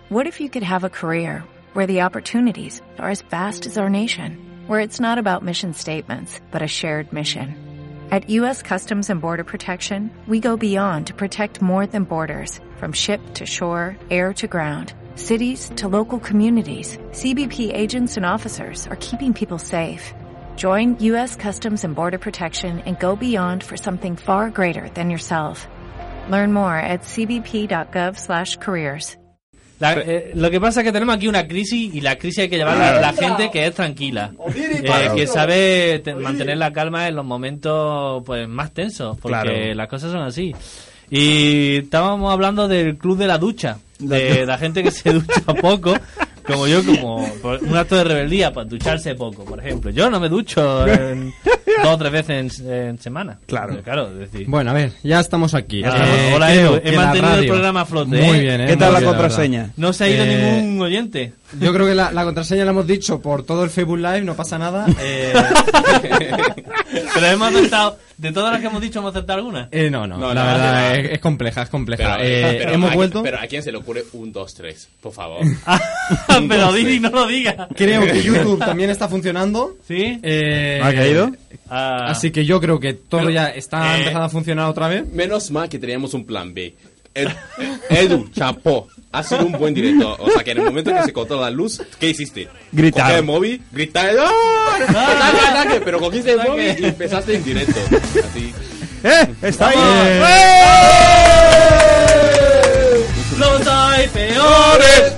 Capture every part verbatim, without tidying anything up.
What if you could have a career where the opportunities are as vast as our nation, where it's not about mission statements, but a shared mission? At U S Customs and Border Protection, we go beyond to protect more than borders, from ship to shore, air to ground, cities to local communities. C B P agents and officers are keeping people safe. Join U S Customs and Border Protection and go beyond for something far greater than yourself. Learn more at c b p dot gov slash careers. La, eh, lo que pasa es que tenemos aquí una crisis y la crisis hay que llevarla a la gente que es tranquila, eh, que sabe te, mantener la calma en los momentos pues más tensos, porque claro, las cosas son así. Y estábamos hablando del club de la ducha, de la gente que se ducha poco, como yo, como un acto de rebeldía, pues ducharse poco, por ejemplo. Yo no me ducho en, dos o tres veces en, en semana. Claro. Pero, claro, es decir. Bueno, a ver, ya estamos aquí. Ya estamos. Eh, Hola, Edu, he mantenido el programa a flote. Muy ¿eh? bien, ¿eh? ¿Qué tal Muy la bien, contraseña? La no se ha ido eh, ningún oyente. Yo creo que la, la contraseña la hemos dicho por todo el Facebook Live, no pasa nada. Eh... Pero hemos acertado, de todas las que hemos dicho, ¿hemos acertado alguna? Eh, no, no, no, la no, verdad no. Es, es compleja, es compleja. Pero, eh, pero hemos a, vuelto. Pero a quién se le ocurre un, dos, tres, por favor. Pero Dini, no lo diga. Creo que YouTube también está funcionando. ¿Sí? Eh, ¿Ha caído? Ah. Así que yo creo que todo Pero, ya está eh, empezando a funcionar otra vez. Menos mal que teníamos un plan B. Ed, Edu, chapó, ha sido un buen director. O sea, que en el momento que se cortó la luz, ¿qué hiciste? Gritar. Cogí el móvil, gritar, ¡ah! ¡Ataque, ataque! Pero cogiste el móvil y empezaste en directo. Así. ¡Eh! ¡Está ahí! ¡Los hay peores!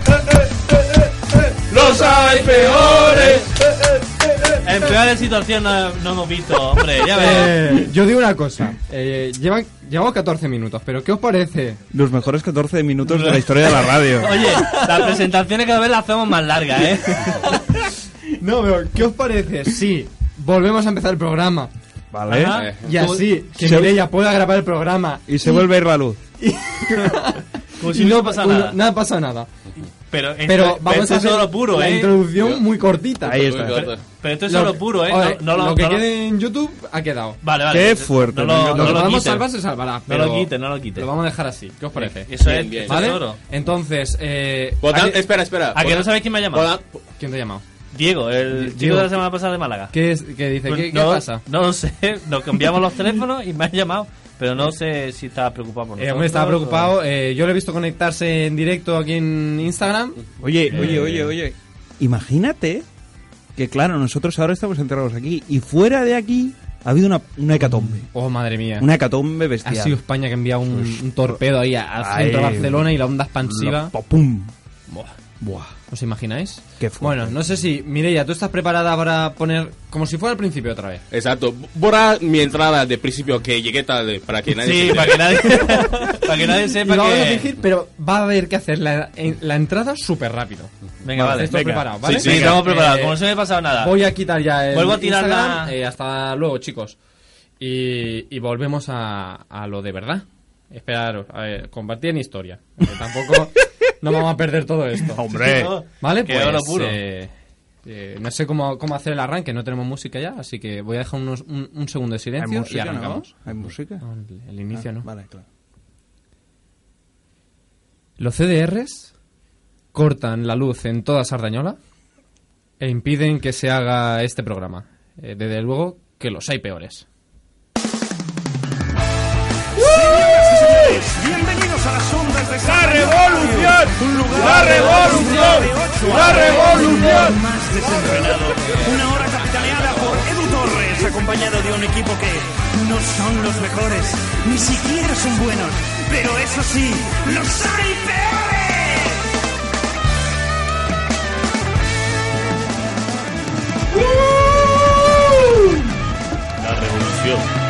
¡Los hay peores! En peores situaciones no, no hemos visto, hombre, ya ves. Eh, yo digo una cosa. Eh, llevan, llevamos catorce minutos, pero ¿qué os parece? Los mejores catorce minutos de la historia de la radio. Oye, las presentaciones cada vez las hacemos más largas, ¿eh? No, pero ¿qué os parece? Sí, volvemos a empezar el programa. Vale. Ajá. Y así, que Se- Mireia pueda grabar el programa. Y se vuelve a ir la luz. Como si y no no pasa uno- nada. Nada pasa nada. Pero, esto, Pero vamos esto a es hacer solo puro, la ¿eh? introducción muy cortita. Ahí está. Pero, pero esto es Lo- solo puro, ¿eh? Oye, No, no, lo no, que no, quede en YouTube ha quedado. Vale, vale. Qué fuerte, No me lo, encanta. no Lo que lo podamos quites. salvar se salvará. No pero lo quites, no lo quites. Lo vamos a dejar así. ¿Qué os parece? Eso Bien, es, bien. eso ¿Vale? es oro. Entonces, eh, Por ¿a tanto, qué- espera, espera. ¿A que Por- no sabéis quién me ha llamado? por tan- ¿Quién te ha llamado? Diego, el chico Diego. de la semana pasada de Málaga. ¿Qué, es, qué dice? Pues ¿Qué, no, qué pasa? No lo sé, nos cambiamos los teléfonos y me han llamado, pero no sé si estaba preocupado por Eh, nosotros. hombre, estaba o- preocupado. Eh, yo lo he visto conectarse en directo aquí en Instagram. Oye, oye, Eh. oye, oye. Imagínate que, claro, nosotros ahora estamos enterrados aquí y fuera de aquí ha habido una, una hecatombe. Oh, madre mía. Una hecatombe Ha bestial. sido España que envía un, un torpedo ahí al Ay, centro de Barcelona y la onda expansiva. Lo- ¡Pum! Buah. Buah. ¿Os imagináis? Qué fuerte. Bueno, no sé si... Mireia, ¿tú estás preparada para poner como si fuera al principio otra vez? Exacto. Borra mi entrada de principio que llegué tarde para que nadie Sí, se para que nadie, para que nadie Y sepa lo vamos a que... fingir, pero va a haber que hacer la, en- la entrada súper rápido. Venga, vale. Estoy venga. preparado, ¿vale? Sí, sí, Venga, estamos preparados. eh, Como no se me ha pasado nada. Voy a quitar ya el Vuelvo a tirar Instagram. la- Eh, hasta luego, chicos. Y, y volvemos a, a lo de verdad. Esperaros, a ver, compartir en historia. Porque tampoco no vamos a perder todo esto. Hombre. No, Vale, que pues... oro puro. eh, eh, no sé cómo, cómo hacer el arranque, no tenemos música ya, así que voy a dejar unos, un, un segundo de ¿Hay silencio y música, no? arrancamos. ¿Hay música? No, el, el inicio Ah, no. Vale, claro. Los C D Rs cortan la luz en toda Sardañola e impiden que se haga este programa. Eh, desde luego que los hay peores. Bienvenidos a las ondas de ¡La revolución! Un lugar ¡La revolución! ¡La revolución! Más desenfrenado. Una hora capitaneada por Edu Torres, acompañado de un equipo que no son los mejores, ni siquiera son buenos, pero eso sí, los hay peores. La revolución.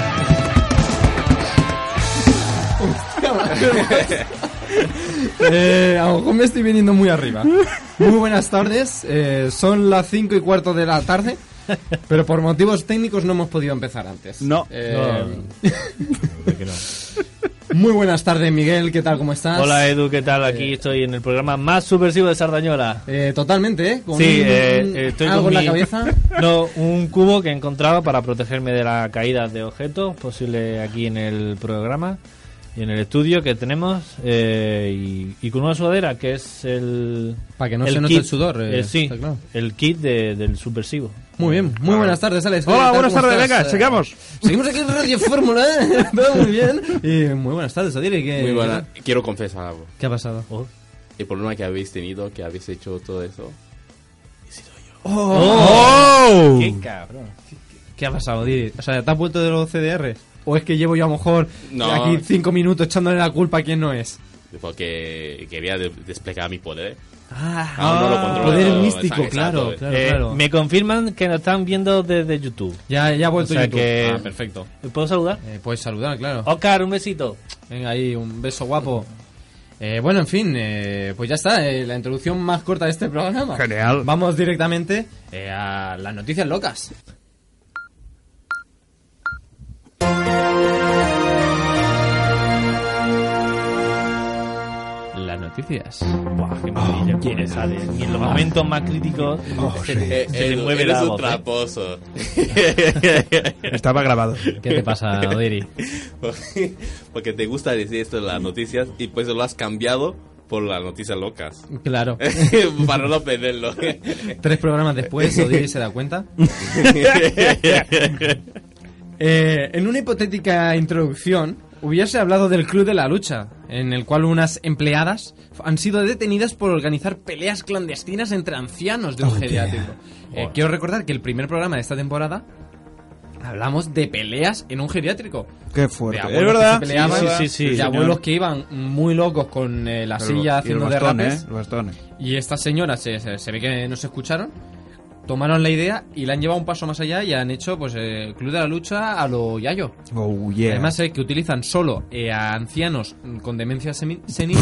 Eh, a lo mejor me estoy viniendo muy arriba. Muy buenas tardes. Eh, son las cinco y cuarto de la tarde, pero por motivos técnicos no hemos podido empezar antes. No. Eh, Muy buenas tardes, Miguel. ¿Qué tal? ¿Cómo estás? Hola Edu, ¿qué tal? Aquí estoy en el programa más subversivo de Sardañola. Eh, totalmente, ¿eh? Con Sí, un- eh, estoy algo con en la mi- cabeza. No, un cubo que he encontrado para protegerme de la caída de objetos posible aquí en el programa. Y en el estudio que tenemos eh, y, y con una sudadera que es el... Para que no el se note kit, el sudor. Eh, eh, sí, está claro. el kit de, del subversivo. Muy bien, muy buenas tardes, Alex. Hola, buenas ¿Cómo tardes, estás? venga, Eh, sigamos. Seguimos aquí en Radio Fórmula, ¿eh? Todo muy bien. Y muy buenas tardes, Odile. ¿Qué, Muy buena. Quiero confesar algo. ¿Qué ha pasado? Oh. El problema que habéis tenido, que habéis hecho todo eso. ¡Oh! ¡Qué cabrón! ¿Qué ha pasado, Odile? O sea, ¿te has vuelto de los C D R? ¿O es que llevo yo a lo mejor No. aquí cinco minutos echándole la culpa a quien no es? Porque quería de- desplegar mi poder. Ah, Aún no lo controlo. poder Exacto, místico, exacto. claro, claro, Eh, claro. Me confirman que nos están viendo desde YouTube. Ya, ya ha vuelto O sea YouTube. que- Ah, perfecto. ¿Puedo saludar? Eh, puedes saludar, claro. Oscar, un besito. Venga ahí, un beso guapo. Eh, bueno, en fin, eh, pues ya está, eh, la introducción más corta de este programa. Genial. Vamos directamente eh, a las noticias locas. Las noticias. Buah, qué maravilla, cómo le sale. Y en los momentos más críticos se, Eh, se le Edu, mueve eres la un voz. ¿eh? traposo. Estaba grabado. ¿Qué te pasa, Odiri? Porque te gusta decir esto de las noticias y pues lo has cambiado por las noticias locas. Claro. Para no perderlo. Tres programas después, Odiri se da cuenta. Eh, en una hipotética introducción, hubiese hablado del Club de la Lucha, en el cual unas empleadas han sido detenidas por organizar peleas clandestinas entre ancianos de un geriátrico. Eh, quiero recordar que el primer programa de esta temporada hablamos de peleas en un geriátrico. Qué De fuerte. abuelos Es verdad. que se peleaban, Sí, sí, sí, de señor. abuelos que iban muy locos con eh, la Pero- silla y haciendo el bastón, derrapes. ¿eh? Los bastones. Y estas señoras se, se, se ve que no se escucharon, tomaron la idea y la han llevado un paso más allá y han hecho pues el Club de la Lucha a lo Yayo. Oh, yeah. Además sé que utilizan solo eh, a ancianos mm, con demencia semi- senil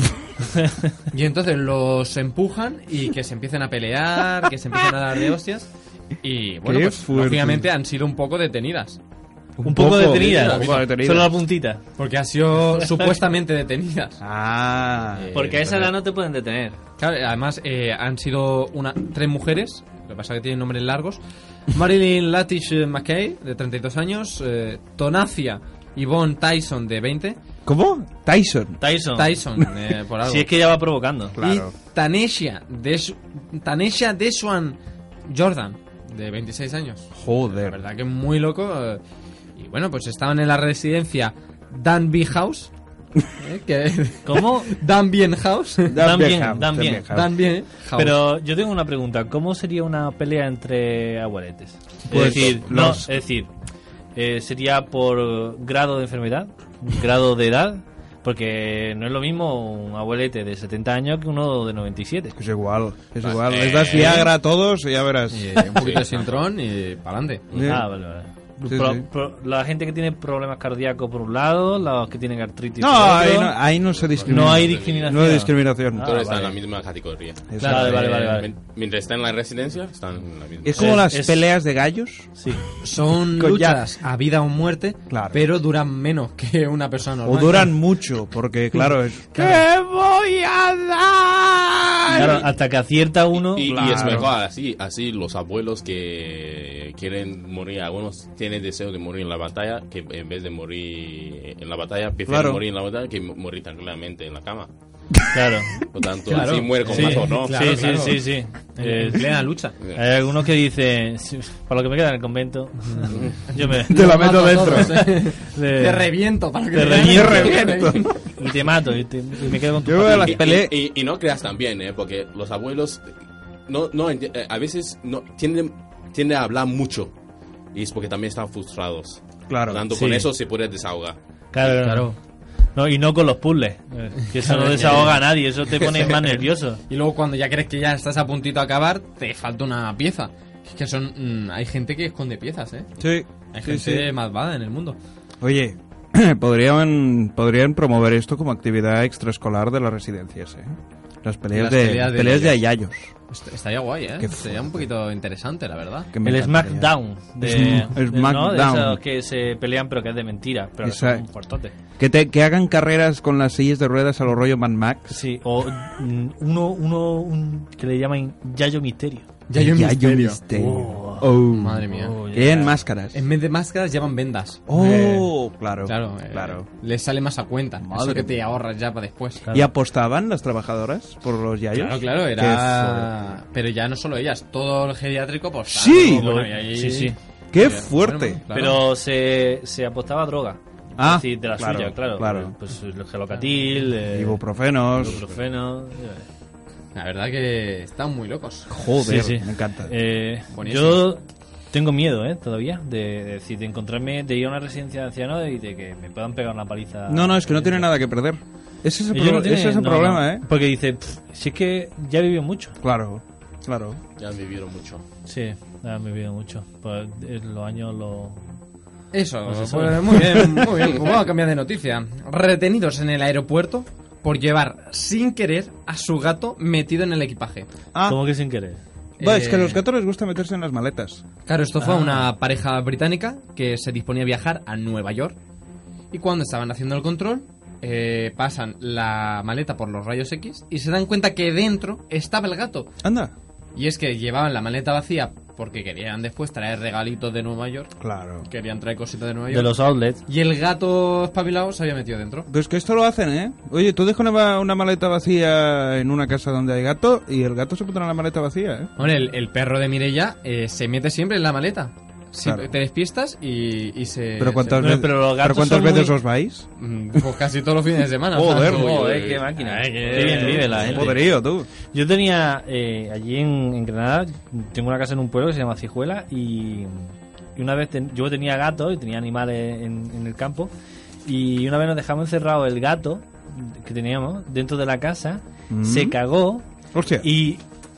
y entonces los empujan y que se empiecen a pelear, que se empiecen a dar de hostias y bueno, Qué pues fuerte. lógicamente han sido un poco detenidas. Un poco detenida, un poco detenida. solo la puntita. Porque han sido supuestamente detenidas. Ah. Eh, Porque a esa entonces- edad no te pueden detener. Claro, además eh, han sido una, tres mujeres, lo que pasa es que tienen nombres largos. Marilyn Latish McKay, de treinta y dos años. Eh, Tonacia Yvonne Tyson, de veinte. ¿Cómo? Tyson. Tyson. Tyson, eh, por algo. Si es que ya va provocando. Claro. Y Tanesha, Des Tanesha Deswan Jordan, de veintiséis años. La Joder. verdad que es muy loco. eh, y bueno, pues estaban en la residencia Danby House. eh, que ¿Cómo? Danby House. Dan bien, House, dan bien. House. Danby House. Pero yo tengo una pregunta. ¿Cómo sería una pelea entre abueletes? Pues es decir, no, los- es decir, eh, sería por grado de enfermedad, grado de edad, porque no es lo mismo un abuelete de setenta años que uno de noventa y siete. Es igual, es Va, igual. eh, Les das Viagra a todos y ya verás. Y, eh, un poquito de sintrón y pa'lante. Sí. Ah, vale, vale. Sí, Pro- sí. pro- la gente que tiene problemas cardíacos por un lado, los que tienen artritis No, por otro. ahí no, ahí no se discrimina. No hay discriminación. No hay discriminación. Ah, Todos están en vale. la misma categoría. Eso. Claro, vale, vale, vale, Eh, vale. Mien- Mientras están en la residencia, están en la misma. Es como Es- las es- peleas de gallos. Sí. Son Con ya- luchas a vida o muerte, Claro. pero duran menos que una persona O normal. duran mucho, porque claro, es... Claro. ¿Qué voy a dar? Claro, hasta que acierta uno. Y, y Claro. es mejor así, así los abuelos que quieren morir, algunos tienen deseo de morir en la batalla, que en vez de morir en la batalla, prefieren Claro. morir en la batalla que mo- morir tranquilamente en la cama. Claro. Por tanto, Claro. así muere con Sí, más honor. claro, sí, claro. sí, sí, sí. Eh, En plena lucha. hay algunos que dicen, "Sí, para lo que me queda en el convento, yo me... Te la meto Mato a dentro. todos, eh. de- Te reviento para que Te te vean. reviento. Te reviento. y te mato y, te- y me quedo con tu Yo veo familia". las Y, peleas... y- y- y no creas también, ¿eh? Porque los abuelos no, no, enti- eh, a veces no, tienden, tienden a hablar mucho. Y es porque también están frustrados. Claro. Por tanto, Sí. con eso se puede desahogar. Claro, Claro. No, y no con los puzzles, eh, que eso no desahoga a nadie, eso te pone más nervioso. Y luego cuando ya crees que ya estás a puntito a acabar, te falta una pieza. Es que son... mm, hay gente que esconde piezas, ¿eh? Sí, Hay sí, gente sí. malvada en el mundo. Oye, podrían, podrían promover esto como actividad extraescolar de las residencias, ¿eh? Las peleas, Las de, peleas de peleas de gallos. ayayos. Est- Estaría guay, ¿eh? Qué Sería un poquito interesante, la verdad. Que me El encantaría. Smackdown, de, Sm- de- ¿no? de Smackdown. esos que se pelean pero que es de mentira, pero que Esa- son fuertotes. Que, te, que hagan carreras con las sillas de ruedas a los rollo Mad Max. Sí, o mm, uno, uno un, que le llaman Yayo Misterio. Ya hay un Yayo misterio. Misterio. Oh, Oh. Madre mía. Oh, Que en máscaras. En vez de máscaras llevan vendas. Oh, claro. Claro, eh, claro. les sale más a cuenta. Madre Eso que te mía. ahorras ya para después. ¿Y apostaban las trabajadoras por los yayos? Claro, claro, Qué era... Pero ya no solo ellas, todo el geriátrico pues... Sí. bueno, y ahí- Sí, sí. ¡Qué Bueno, fuerte! claro. Pero se, se apostaba a droga. Ah, Es decir, de la claro, suya, claro. claro. Pues el gelocatil, eh, Ibuprofenos. ibuprofeno. La verdad que están muy locos. Joder, Sí, sí. me encanta. Eh, Buenísimo. yo tengo miedo, ¿eh? Todavía. De, de, decir, de encontrarme, de ir a una residencia de ancianos y de que me puedan pegar una paliza. No, no, es que no tiene nada que perder. Ese es el, Ellos pro- no tienen- ese es el no, problema, no. ¿eh? Porque dice, "Pff, si es que ya he vivido mucho. Claro, claro. Ya han vivido mucho. Sí, ya he vivido mucho. Pues eh, los años lo... Eso, Pues eso. pues muy bien, muy bien. Pues vamos a cambiar de noticia. Retenidos en el aeropuerto por llevar sin querer a su gato metido en el equipaje. Ah, ¿Cómo que sin querer? va, es que a Eh, los gatos les gusta meterse en las maletas. Claro, esto fue Ah. una pareja británica que se disponía a viajar a Nueva York. Y cuando estaban haciendo el control, eh, pasan la maleta por los rayos X y se dan cuenta que dentro estaba el gato. Anda. Y es que llevaban la maleta vacía porque querían después traer regalitos de Nueva York. Claro. Querían traer cositas de Nueva York. De los outlets. Y el gato espabilado se había metido dentro. Pues que esto lo hacen, ¿eh? Oye, tú dejas una, una maleta vacía en una casa donde hay gato y el gato se pondrá en la maleta vacía, ¿eh? Hombre, el, el perro de Mireia eh, se mete siempre en la maleta. Siempre Claro. te despistas y, y se... Pero ¿cuántas, se- veces, pero los gatos ¿pero cuántas son veces muy- os vais? Mm, Pues casi todos los fines de semana. Joder, o sea, Joder, uy, qué uy. máquina. Ay, Qué qué- bien vive la gente. Poderío, tú. Yo tenía eh, allí en, en Granada, tengo una casa en un pueblo que se llama Cijuela y, y una vez ten- yo tenía gatos y tenía animales en, en el campo y una vez nos dejamos encerrado el gato que teníamos dentro de la casa, Mm. se cagó Hostia. y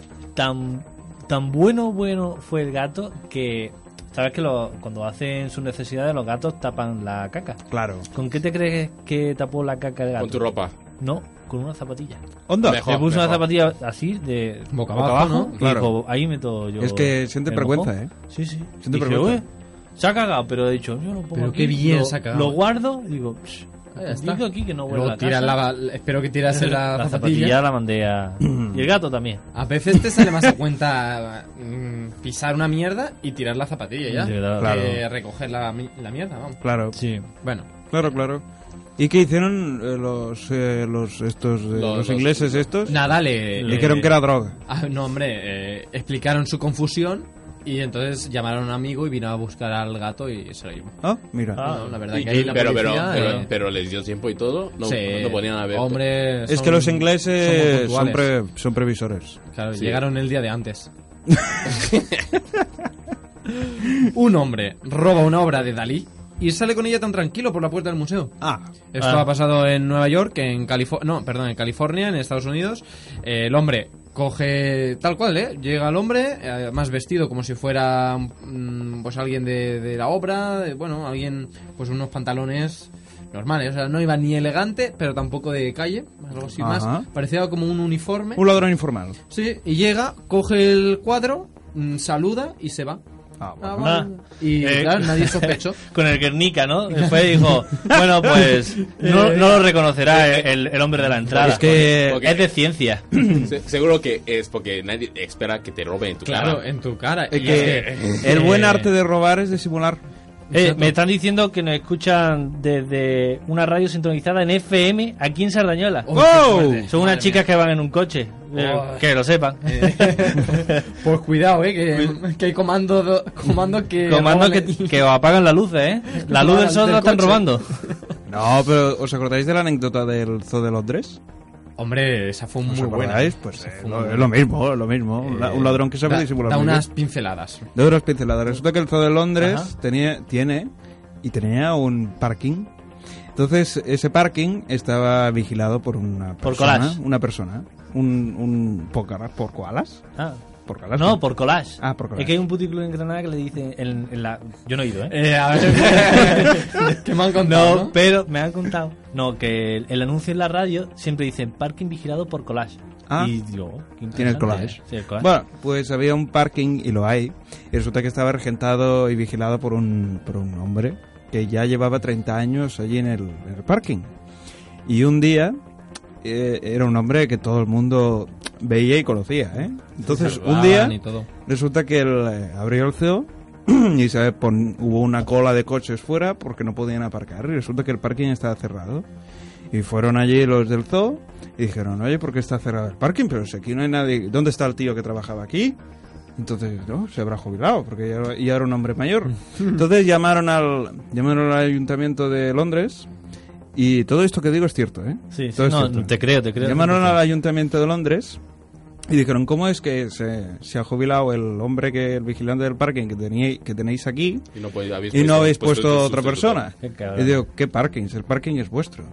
tan tan bueno bueno fue el gato que sabes que lo- cuando hacen sus necesidades los gatos tapan la caca. Claro. ¿Con qué te crees que tapó la caca el gato? Con tu ropa. No, con una zapatilla. Onda. Mejor. Le puso una mejor. zapatilla así de Boca Boca abajo, abajo. ¿no? y Claro. dijo, ahí meto yo. Es que siente el vergüenza, mojo. ¿eh? Sí, sí. Siente Dije, vergüenza. "Ué, se ha cagado, pero he dicho, yo lo pongo Pero aquí, qué bien lo, se ha cagado. Lo guardo y digo, "Psh, Ah, ya está. digo aquí que no vuelve Luego a tiras casa". la, espero que tiras la, la zapatilla. zapatilla la mandé a... y el gato también. A veces te sale más a cuenta mm, pisar una mierda y tirar la zapatilla ya. Sí, claro. Que recoger la, mi- la mierda, vamos. Claro. Sí. Bueno, Claro, claro. ¿Y qué hicieron eh, los, eh, los estos eh, los, Los- ingleses estos? nada, le... le- Dijeron que era droga. Ah, no, hombre, eh, explicaron su confusión y entonces llamaron a un amigo y vino a buscar al gato y se lo llevó. Ah, mira. Ah. No, la verdad Y- que ahí la pero, pero, policía, pero, eh, pero les dio tiempo y todo. No, sí, no ponían a ver. hombre, Es son- que los son muy ingleses son, puntuales. pre- son previsores. Claro, Sí. llegaron el día de antes. Un hombre roba una obra de Dalí y sale con ella tan tranquilo por la puerta del museo. Ah, Esto Ah. ha pasado en Nueva York, en California, no, perdón, en California, en Estados Unidos. Eh, el hombre coge tal cual, ¿eh? Llega el hombre, eh, más vestido como si fuera mm, pues alguien de, de la obra, eh, bueno, alguien pues unos pantalones normales, o sea, no iba ni elegante, pero tampoco de calle, algo así Ajá. más, parecía como un uniforme. un ladrón informal. Sí, y llega, coge el cuadro, mm, saluda y se va. Ah, Ah, bueno. vale. Y Eh, claro, nadie sospechó. Con el Guernica, ¿no? Después dijo, bueno, pues no, no lo reconocerá el, el hombre de la entrada. Es que- Porque- es de ciencia. Se- seguro que es porque nadie espera que te roben en tu Claro, cara. en tu cara. Es Y que es el buen eh, arte de robar es disimular. Eh, me están diciendo que nos escuchan desde una radio sintonizada en F M aquí en Sardañola. Oh, ¡Wow! qué fuerte. Son unas Madre chicas que van en un coche. Eh, Oh. que lo sepan. Pues cuidado, eh, que, que hay comandos comando que. Comando roban que, el- que os apagan la luz, ¿eh? La luz del sol Del la están coche. robando. No, pero ¿os acordáis de la anécdota del Zoo de Londres? Hombre, esa fue ¿Os muy buena. acordáis? Pues Esa eh, fue lo- muy es buena. lo mismo, es lo mismo. Un la- un ladrón que sabe da, disimular da muy unas bien. pinceladas. De unas pinceladas. Resulta que el Zoo de Londres Ajá. tenía, tiene y tenía un parking. Entonces, ese parking estaba vigilado por una Por persona. collage. Una persona. Un, un por, cara- por koalas. Ah. Por koalas. No, por collage. Ah, por collage. Es que hay un puticlub en Granada que le dice en, en la... Yo no he ido, ¿eh? Eh, a ver. ¿Qué me han contado? No, ¿no? pero me han contado. No, que el, el anuncio en la radio siempre dicen parking vigilado por collage. Ah. Y digo, oh, qué Tiene el interesante. collage. Sí, el collage. Bueno, pues había un parking, y lo hay, y resulta que estaba regentado y vigilado por un, por un hombre que ya llevaba treinta años allí en el, en el parking. Y un día, eh, era un hombre que todo el mundo veía y conocía, ¿eh? Entonces, un día, resulta que él eh, abrió el zoo y ¿sabes? Pon, hubo una cola de coches fuera porque no podían aparcar. Y resulta que el parking estaba cerrado. Y fueron allí los del zoo y dijeron, oye, ¿por qué está cerrado el parking? Pero si aquí no hay nadie... ¿Dónde está el tío que trabajaba aquí? Entonces, no, se habrá jubilado, porque ya, ya era un hombre mayor. Entonces llamaron al, llamaron al Ayuntamiento de Londres... Y todo esto que digo es cierto, ¿eh? Sí, sí, todo no, te creo, te creo. Llamaron te creo. al Ayuntamiento de Londres y dijeron, ¿cómo es que se, se ha jubilado el hombre, que el vigilante del parking que, teníais, que tenéis aquí y no, puede, habéis y no puesto, habéis puesto, puesto otra sustituto. persona? Y digo, ¿qué parking? El parking es vuestro.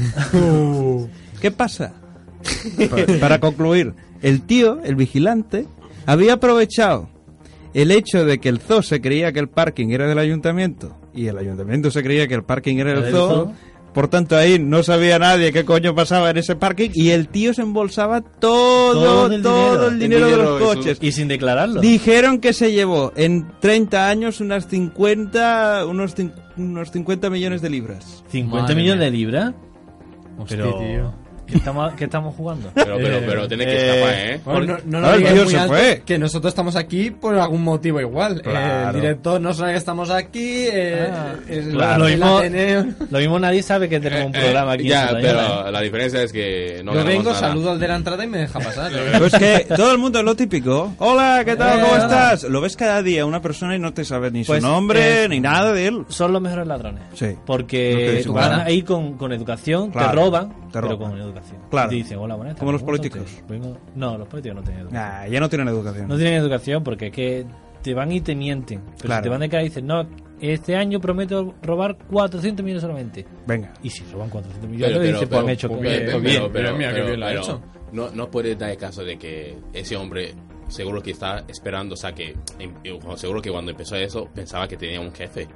¿Qué pasa? para, para concluir, el tío, el vigilante, había aprovechado el hecho de que el zoo se creía que el parking era del ayuntamiento y el ayuntamiento se creía que el parking era del zoo. zoo. Por tanto, ahí no sabía nadie qué coño pasaba en ese parking y el tío se embolsaba todo, todo el todo dinero, el dinero, el dinero de los coches. Y sin declararlo. Dijeron que se llevó en treinta años unas cincuenta, unos, unos cincuenta millones de libras. ¿cincuenta Madre millones mía. de libras? Hostia, Pero... tío. ¿Qué estamos, ¿Qué estamos jugando? Pero, pero, pero tenés que escapar, ¿eh? Bueno, no, no, Ah, no el digas tío muy se alto, fue. que nosotros estamos aquí por algún motivo igual. Claro. Eh, el director no sabe que estamos aquí. Eh, Ah, el, claro. el Lo mismo- Ateneo. Lo mismo nadie sabe que tenemos un programa aquí. Ya, en Sardañola, pero la diferencia es que no Yo ganamos vengo, nada. saludo al de la entrada y me deja pasar. eh. Pues que todo el mundo es lo típico. Hola, ¿qué tal? ¿Cómo Eh, estás? Lo ves cada día una persona y no te sabes ni Pues, su nombre eh, ni nada de él. Son los mejores ladrones. Sí. Lo que Porque dice van Juana. ahí con, con educación, Claro, te roban, te pero roban. con educación. Claro. Y te dicen, hola, buenas Como los tardes, ¿cómo políticos. estás? Vengo- No, los políticos no tienen educación. Nah, ya no tienen educación. No tienen educación porque es que te van y te mienten. Pero Claro. si te van de cara y dicen, no, este año prometo robar cuatrocientos millones solamente. Venga. Y si roban cuatrocientos millones, Pero, te pero, dicen, pues pero, han hecho pero, pues bien, pero, pues bien. pero, pero, Mira, qué pero, bien lo ha pero hecho. no, no puede dar el caso de que ese hombre seguro que está esperando, o sea, que em- seguro que cuando empezó eso pensaba que tenía un jefe.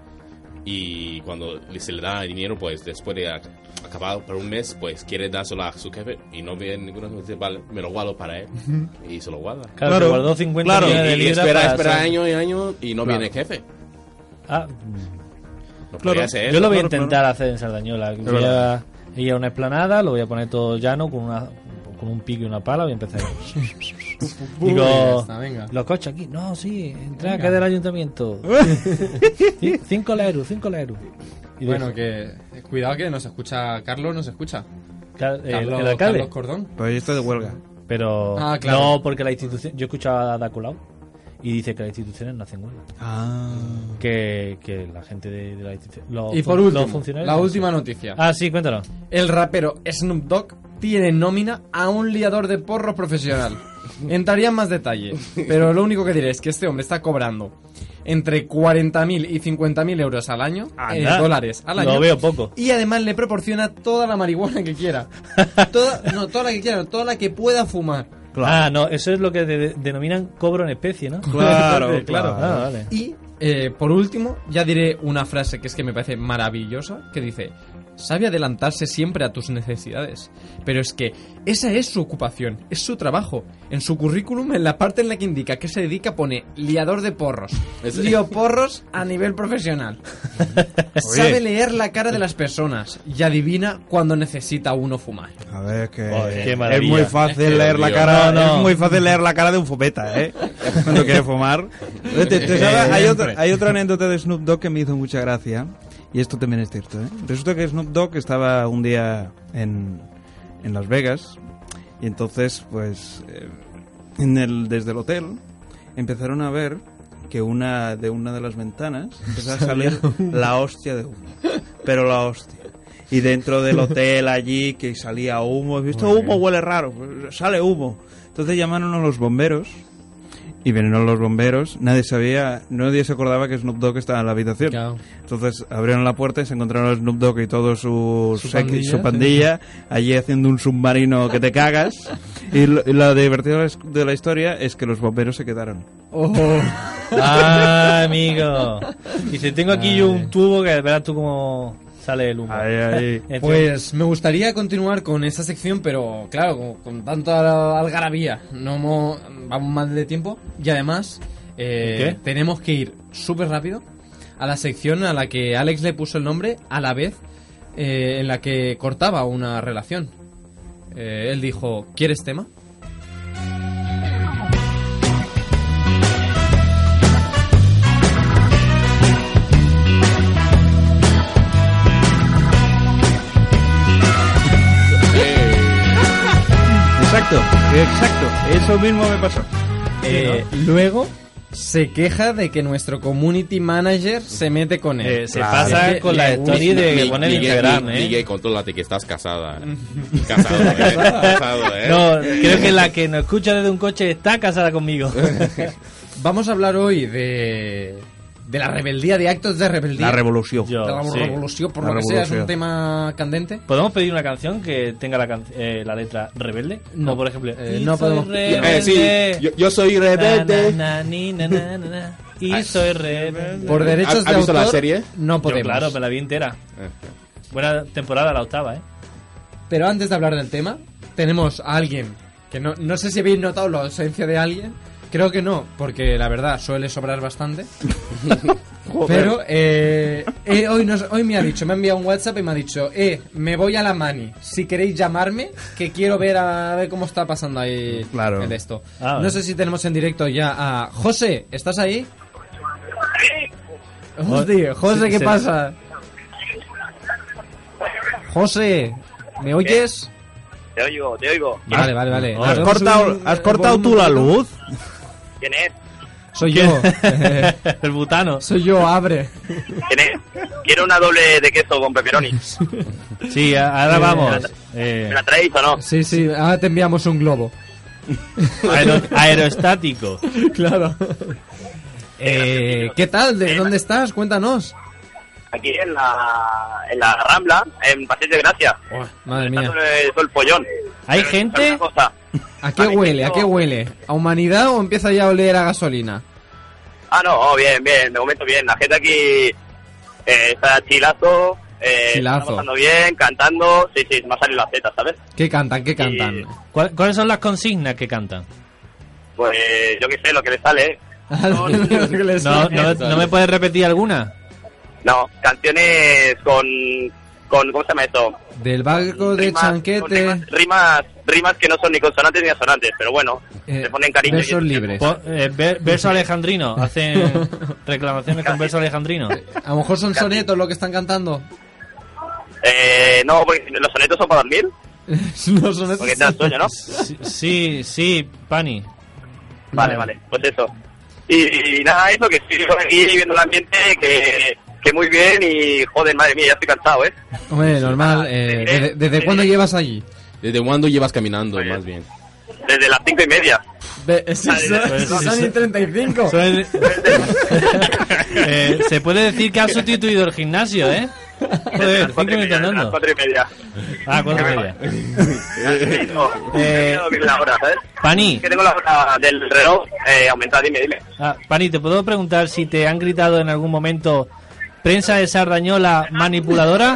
Y cuando se le da dinero, pues después de ac- acabar por un mes, pues quiere dárselo a su jefe y no ve ninguna dice, vale, me lo guardo para él. Y se lo guarda. Claro, Claro, se guardó cincuenta claro. millones de Y, y libras espera, para espera hacer- año y año y no Claro. viene el jefe. Ah, No Claro. podría ser yo eso. lo voy a claro, intentar hacer en Sardañola. Voy verdad. a ir a una explanada, lo voy a poner todo llano con una con un pico y una pala, voy a empezar. Uy, Digo, ya está, venga. los coches aquí. No, sí, entra Venga. acá del ayuntamiento. Sí, cinco euros, cinco euros. Y Bueno, dejo. que eh, cuidado que nos escucha Carlos, nos escucha. Ca- el, Carlos, el alcalde. Carlos Cordón. Pues yo estoy de huelga. Pero Ah, claro. no, porque la institución. Yo escuchaba a Dacolau y dice que las instituciones no hacen huelga. Ah. Que, que la gente de, de la institución. Los, Y por fun- último, los funcionarios. la no última hacen. noticia. Ah, sí, cuéntanos. El rapero Snoop Dogg tiene en nómina a un liador de porros profesional. Entraría en más detalle, pero lo único que diré es que este hombre está cobrando entre cuarenta mil y cincuenta mil euros al año, eh, Anda. dólares al año. Lo veo poco. Y además le proporciona toda la marihuana que quiera. Toda, no, toda la que quiera, toda la que pueda fumar. Ah, no, eso es lo que de- denominan cobro en especie, ¿no? Claro, claro. Ah, vale. Y, eh, por último, ya diré una frase que es que me parece maravillosa, que dice: sabe adelantarse siempre a tus necesidades. Pero es que esa es su ocupación, es su trabajo. En su currículum, en la parte en la que indica que se dedica, pone liador de porros. Es- Lío porros a nivel profesional. Sabe leer la cara de las personas y adivina cuando necesita uno fumar. A ver, que Joder, qué es maravilla. muy fácil Qué leer la lío. cara, No, no. es muy fácil leer la cara de un fumeta, ¿eh? Cuando quiere fumar. Te- te- te sabes, hay, otra, hay otra anécdota de Snoop Dogg que me hizo mucha gracia, y esto también es cierto, ¿eh? Resulta que Snoop Dogg estaba un día en, en Las Vegas, y entonces, pues, eh, en el, desde el hotel empezaron a ver que una de una de las ventanas empezó a salir la hostia de humo, pero la hostia. Y dentro del hotel allí que salía humo, esto humo huele raro, pues, sale humo. Entonces llamaron a los bomberos y vinieron los bomberos, nadie sabía, nadie se acordaba que Snoop Dogg estaba en la habitación. Claro. Entonces abrieron la puerta y se encontraron a Snoop Dogg y todo su, Su sec- pandilla, su pandilla allí haciendo un submarino que te cagas. Y lo, y lo divertido de la- de la historia es que los bomberos se quedaron. Ah, amigo. Dice, tengo aquí yo un tubo que verás tú cómo sale el humo. Ahí, ahí. En fin. Pues me gustaría continuar con esta sección, pero claro, con, con tanta algarabía, no mo- vamos mal de tiempo. Y además, eh, ¿Qué? tenemos que ir súper rápido a la sección a la que Alex le puso el nombre a la vez eh, en la que cortaba una relación. Eh, él dijo, ¿quieres tema? Exacto, eso mismo me pasó. Eh, luego se queja de que nuestro community manager se mete con él. Eh, se claro. pasa que con la story de que pone el Instagram, ¿eh? Miguel, contrólate que estás casada. Casado, ¿eh? Casado, ¿eh? No, creo que la que nos escucha desde un coche está casada conmigo. Vamos a hablar hoy de... de la rebeldía, de actos de rebeldía. La revolución. Yo, de la sí. revolución, por la lo que revolución. sea, es un tema candente. ¿Podemos pedir una canción que tenga la, can eh, la letra rebelde? No, o por ejemplo, eh, no podemos. Eh, sí, yo, yo soy rebelde. Na, na, ni, na, na, na, na, y Ay. soy rebelde. Por derechos ¿Has de visto autor, la serie? no podemos. Yo, claro, me la vi entera. Eh. Buena temporada la octava, ¿eh? Pero antes de hablar del tema, tenemos a alguien que no, no sé si habéis notado la ausencia de alguien. Creo que no, porque la verdad suele sobrar bastante. Pero eh, eh, hoy, nos, hoy me ha dicho, me ha enviado un WhatsApp y me ha dicho, eh, me voy a la mani, si queréis llamarme, que quiero ver a, a ver cómo está pasando ahí claro. el esto. Ah, no vale. sé si tenemos en directo ya a José, ¿estás ahí? Hostia, José, ¿qué Se- pasa? José, ¿me oyes? Te oigo, te oigo. Vale, vale, vale. ¿Has ¿Has Nos cortado, vemos un- ¿has el cortado volumen tú la un poquito. luz? ¿Quién es? Soy yo. El butano. Soy yo, abre. ¿Quién es? Quiero una doble de queso con pepperoni. Sí, a- ahora Eh, vamos. ¿Me Eh, la traéis o no? Sí, sí, ahora te enviamos un globo. aero- aerostático. Claro. Eh, ¿Qué tal? ¿De dónde estás? Cuéntanos. Aquí en la, en la Rambla, en Paseo de Gracia. Madre mía. Dándole todo el pollón. ¿Hay Pero, gente? ¿sabes una cosa? ¿A qué huele? ¿A qué huele? ¿A humanidad o empieza ya a oler a gasolina? Ah, no, oh, bien, bien, de momento bien. La gente aquí eh, está chilazo, eh, Chilazo. está pasando bien, cantando. Sí, sí, me ha salido la Z, ¿sabes? ¿Qué cantan? ¿Qué cantan? Y- ¿Cuál- ¿Cuáles son las consignas que cantan? Pues yo qué sé, lo que le sale. ¿eh? Lo que les No, sale. no, ¿no me puedes repetir alguna? No, canciones con, con, ¿cómo se llama esto? Del barco de Rimas- con Chanquete. Rimas, rimas, rimas que no son ni consonantes ni asonantes, pero bueno, eh, le ponen cariño. versos y- libres. Po- eh, ver- verso alejandrino. Hacen reclamaciones con verso alejandrino. A lo mejor son sonetos lo que están cantando. Eh, no, porque los sonetos son para dormir, No, sonetos. porque te da sueño, ¿no? Sí, sí, sí, Pani. Vale, vale, pues eso. Y, y nada, eso, que estoy por aquí viendo el ambiente, que, que muy bien y joder, madre mía, ya estoy cansado, ¿eh? Hombre, normal. Eh, ¿Desde, desde cuándo llevas allí? ¿Desde cuándo llevas caminando, Muy bien. más bien? Desde las cinco y media. Ve- si son, Pues, si sí, son sí. y treinta y cinco. Soy- Eh, se puede decir que has sustituido el gimnasio, ¿eh? Joder, Las cinco cuatro y minutos media, las andando. cuatro y media. Ah, cuatro y media. No, Eh, me quedo la hora, ¿sabes? Pani, Que tengo la hora del reloj eh, aumentada, dime, dime. ah, Pani, ¿te puedo preguntar si te han gritado en algún momento prensa de Sardañola manipuladora?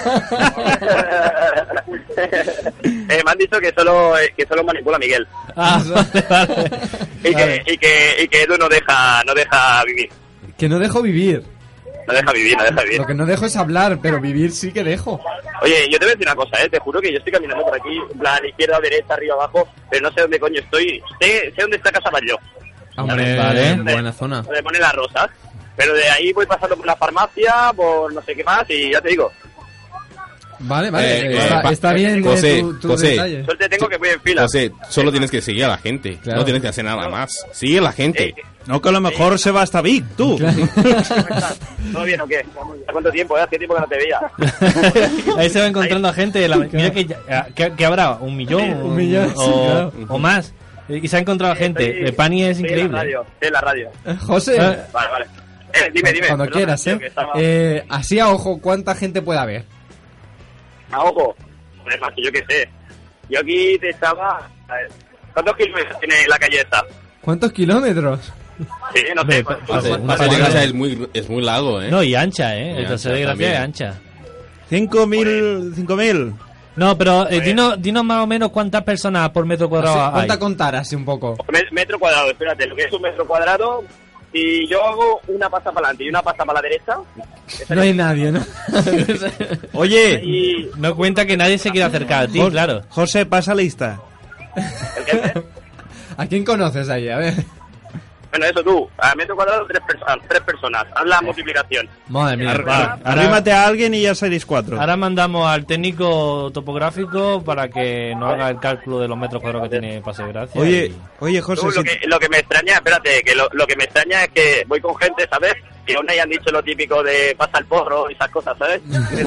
eh, me han dicho que solo eh, que solo manipula a Miguel Ah, vale, vale. y que, Vale. y que y que Edu no deja no deja vivir, Que no dejo vivir. no deja vivir, no deja vivir. Lo que no dejo es hablar, pero vivir sí que dejo. Oye, yo te voy a decir una cosa, eh, te juro que yo estoy caminando por aquí, en plan izquierda, derecha, arriba, abajo, pero no sé dónde coño estoy. Sé, sé dónde está Casa Batlló, Hombre, Vale. buena zona. donde pone las rosas, pero de ahí voy pasando por la farmacia, por no sé qué más y ya te digo, Vale, vale. Eh, está, eh, pa- está bien José, eh, tu, tu José. detalle. suerte tengo que voy en fila. José, solo tienes que seguir a la gente. Claro. No tienes que hacer nada más. Sigue a la gente. Eh, No, que a lo mejor se va hasta Vic, tú. ¿Todo bien o qué? ¿Hace cuánto tiempo? eh? Hace tiempo que no te veía. Ahí se va encontrando gente. La, mira que, ya- que, que habrá un millón, Un millón, o, sí, claro. o más. Y se ha encontrado gente. Estoy- Eh, Pani es estoy en la increíble. radio, estoy en la radio. Eh, José, Ah, Vale, vale. Eh, dime, dime. cuando perdona, quieras, tío, ¿eh? que estaba- eh. Así a ojo, ¿cuánta gente puede haber? A ojo. Joder, macho, yo qué sé. Yo aquí te estaba... a ver, ¿cuántos kilómetros tiene la calle esta? ¿Cuántos kilómetros? Sí, no Hombre, sé. pa- ¿cuántos- pa- Paseo pa- de Paseo de Gracia Gracia es muy, es muy largo, ¿eh? No, y ancha, ¿eh? Y El ancha Paseo de Gracia también. es ancha. Cinco mil, cinco mil. No, pero eh, dinos, dinos más o menos cuántas personas por metro cuadrado Así, hay. ¿cuánta contar así un poco? Me- Metro cuadrado, espérate. Lo que es un metro cuadrado... Si yo hago una pasa para adelante y una pasa para la derecha... esa No hay nadie, ¿no? Oye, y... No cuenta que nadie se quiera acercar a ti, Jos- claro. José, pasa lista. ¿El qué? ¿A quién conoces ahí? A ver. Bueno, eso tú, a metro cuadrado tres, perso- tres personas, haz la multiplicación. Madre mía. Ar- va, ar- arrímate a alguien y ya seréis cuatro. Ahora mandamos al técnico topográfico para que nos haga el cálculo de los metros cuadrados que tiene Paseo de Gracia. Oye, y- oye, José, Tú, si lo, que, lo que me extraña, espérate, que lo, lo que me extraña es que voy con gente, ¿sabes? Que aún hayan dicho lo típico de pasa el porro y esas cosas, ¿sabes?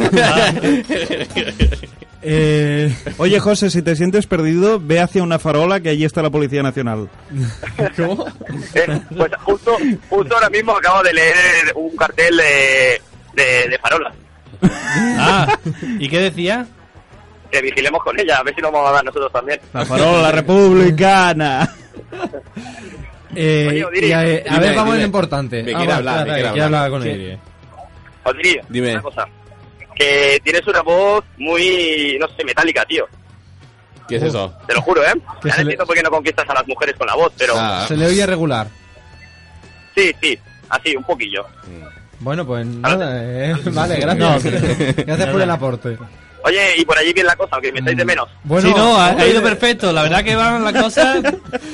Eh, Oye, José, si te sientes perdido, ve hacia una farola que allí está la Policía Nacional. ¿Cómo? Eh, pues justo, justo ahora mismo acabo de leer un cartel de, de, de farolas. Ah, ¿y qué decía? Que vigilemos con ella, a ver si nos vamos a dar nosotros también. La farola republicana. Eh, Oye, Odiri, y a, a ver, dime, vamos a lo dime. importante. Me Ah, quiere vale, hablar, me claro, quiere quiere hablar. hablar con ¿Qué? Odiri. Os diría Dime. una cosa. Que tienes una voz muy, no sé, metálica, tío. ¿Qué es eso? Te lo juro, ¿eh? Que Ya se no le- entiendo por qué no conquistas a las mujeres con la voz, pero Ah. Se le oye regular. sí, sí, así, un poquillo. Bueno, pues nada, eh, vale, gracias. Gracias por el aporte. Oye, y por allí bien la cosa, aunque me estáis de menos. Bueno, sí, no, ha, ha oye, ido perfecto. La verdad que van las cosas...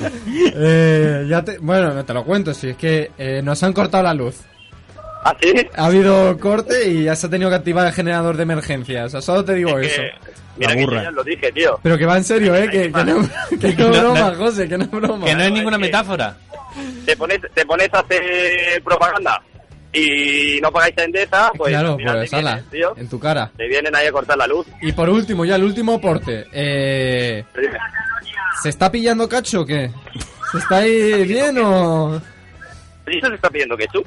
eh, ya te, bueno, te lo cuento, si es que eh, nos han cortado la luz. ¿Ah, sí? Ha habido corte y ya se ha tenido que activar el generador de emergencia. O sea, solo te digo Es eso. que, mira que yo ya os lo dije, tío. Pero que va en serio, ¿eh? Que, que no, que no es broma, José, que no es broma. Que no es es ninguna que- metáfora. Te pones, te pones a hacer propaganda y no pagáis a Endesa, pues claro, al final pues te ala, vienen, tío. en tu cara. Te vienen ahí a cortar la luz. Y por último, ya el último aporte. Eh, ¿Se está pillando cacho o qué? ¿Se está ahí bien o...? ¿Y eso se está pidiendo ketchup?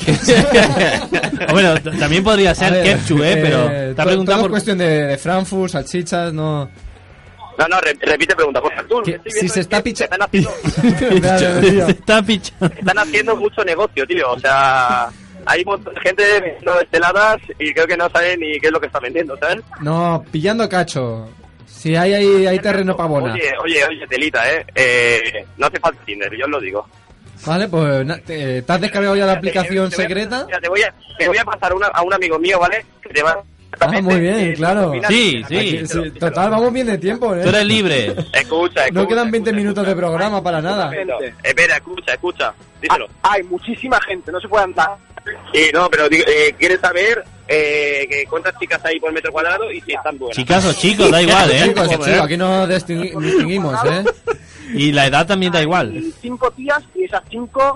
Bueno, t- también podría ser A ver, ketchup, ¿eh? Pero te ha todo- preguntado todo es por... cuestión de, de Frankfurt, salchichas, no... No, no, re- repite pregunta, por favor. Tú, lo Que que estoy si viendo se es está que picha- Están haciendo, Claro, tío. Se está pichando. están haciendo mucho negocio, tío. O sea, hay un montón de gente vendiendo desteladas y creo que no saben ni qué es lo que está vendiendo, ¿sabes? No, pillando cacho. Si hay, hay, hay terreno para bonar. Oye, oye, oye, telita, ¿eh? eh no hace falta Tinder, yo os lo digo. Vale, pues na- te, ¿te has descargado ya la aplicación Te voy a- secreta? mira, te voy a, te voy a pasar una- a un amigo mío, ¿vale? Que te va Ah, muy bien, claro. Sí, sí. Aquí- sí, total, vamos bien de tiempo, ¿eh? Tú eres libre. Escucha, escucha. No quedan veinte escucha, minutos de escucha. programa para nada. Espera, espera, escucha, escucha. Díselo. Hay muchísima gente, no se puede andar. Sí, no, pero digo, eh, quieres saber eh, que cuántas chicas hay por metro cuadrado y si están buenas. Chicas o chicos, da igual, ¿eh? Chicos, chicos, aquí no distingui- distinguimos, ¿eh? Y la edad también da igual. Y cinco tías y esas cinco...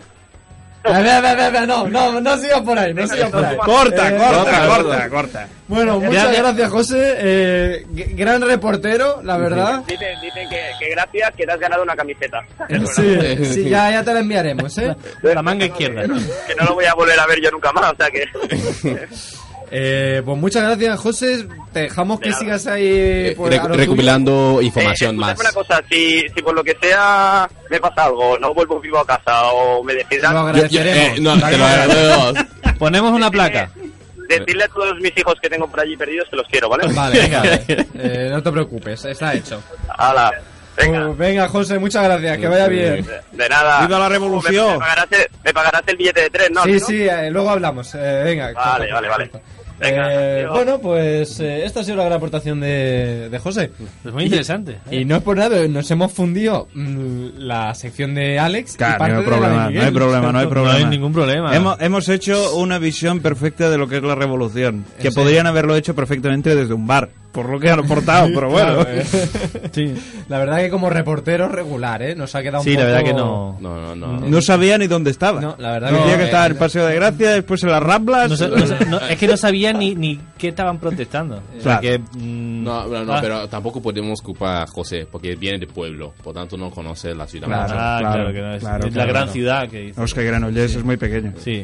A ver, a ver, a ver, no, no, no sigas por ahí, no sigas por ahí. Corta, Eh, corta, corta, corta. Bueno, muchas Gracias. gracias, José. Eh, g- gran reportero, la verdad. Dicen, dicen que, que gracias que te has ganado una camiseta. Sí, sí, ya, ya te la enviaremos, ¿eh? La manga izquierda. Que no lo voy a volver a ver yo nunca más, o sea que... Eh, pues muchas gracias, José. Te dejamos que De nada. sigas ahí pues, Rec- a lo recopilando Eh, información escuchadme más. una cosa, si, si por lo que sea me pasa algo, no vuelvo vivo a casa o me tuyo. Lo decidan, Yo- yo- agradeceremos. eh, no, te lo agradezco. Ponemos una placa. decirle a todos mis hijos que tengo por allí perdidos que los quiero, ¿vale? Vale, venga. eh, no te preocupes, está hecho. Hala, venga. Pues venga, José, muchas gracias. Que vaya bien. De, de nada. ¡Viva la revolución! Me, me pagarás el, me pagarás el billete de tren, ¿no? Sí, ¿no? sí, eh, luego hablamos. Eh, venga. Vale, vale, vale. Venga, Eh, tío. bueno, pues eh, esta ha sido la gran aportación de, de José. Es muy interesante. Y no es por nada, nos hemos fundido mm, la sección de Alex y Claro, parte no hay de la de problema, no Miguel. hay problema, no hay problema. No hay ningún problema. Hemos, hemos hecho una visión perfecta de lo que es la revolución, que Sí. podrían haberlo hecho perfectamente desde un bar, por lo que han aportado, pero bueno. Claro, eh. Sí, La verdad que como reportero regular, ¿eh? Nos ha quedado un sí, poco... la verdad que no. No, no, no. No sabía ni dónde estaba. No, la verdad Decía que- que estaba en el Paseo de Gracia, después en las Ramblas. No sé- no sé- no- es que no sabía ni, ni qué estaban protestando. O sea Claro. que. mm, No, no, no, ah, pero tampoco podemos culpar a José, porque viene de pueblo, por tanto no conoce la ciudad Claro. mucho. Ah, claro, claro, que no es, claro, es la claro, gran claro. ciudad que dice. No, es que Granollers es muy pequeño. Sí.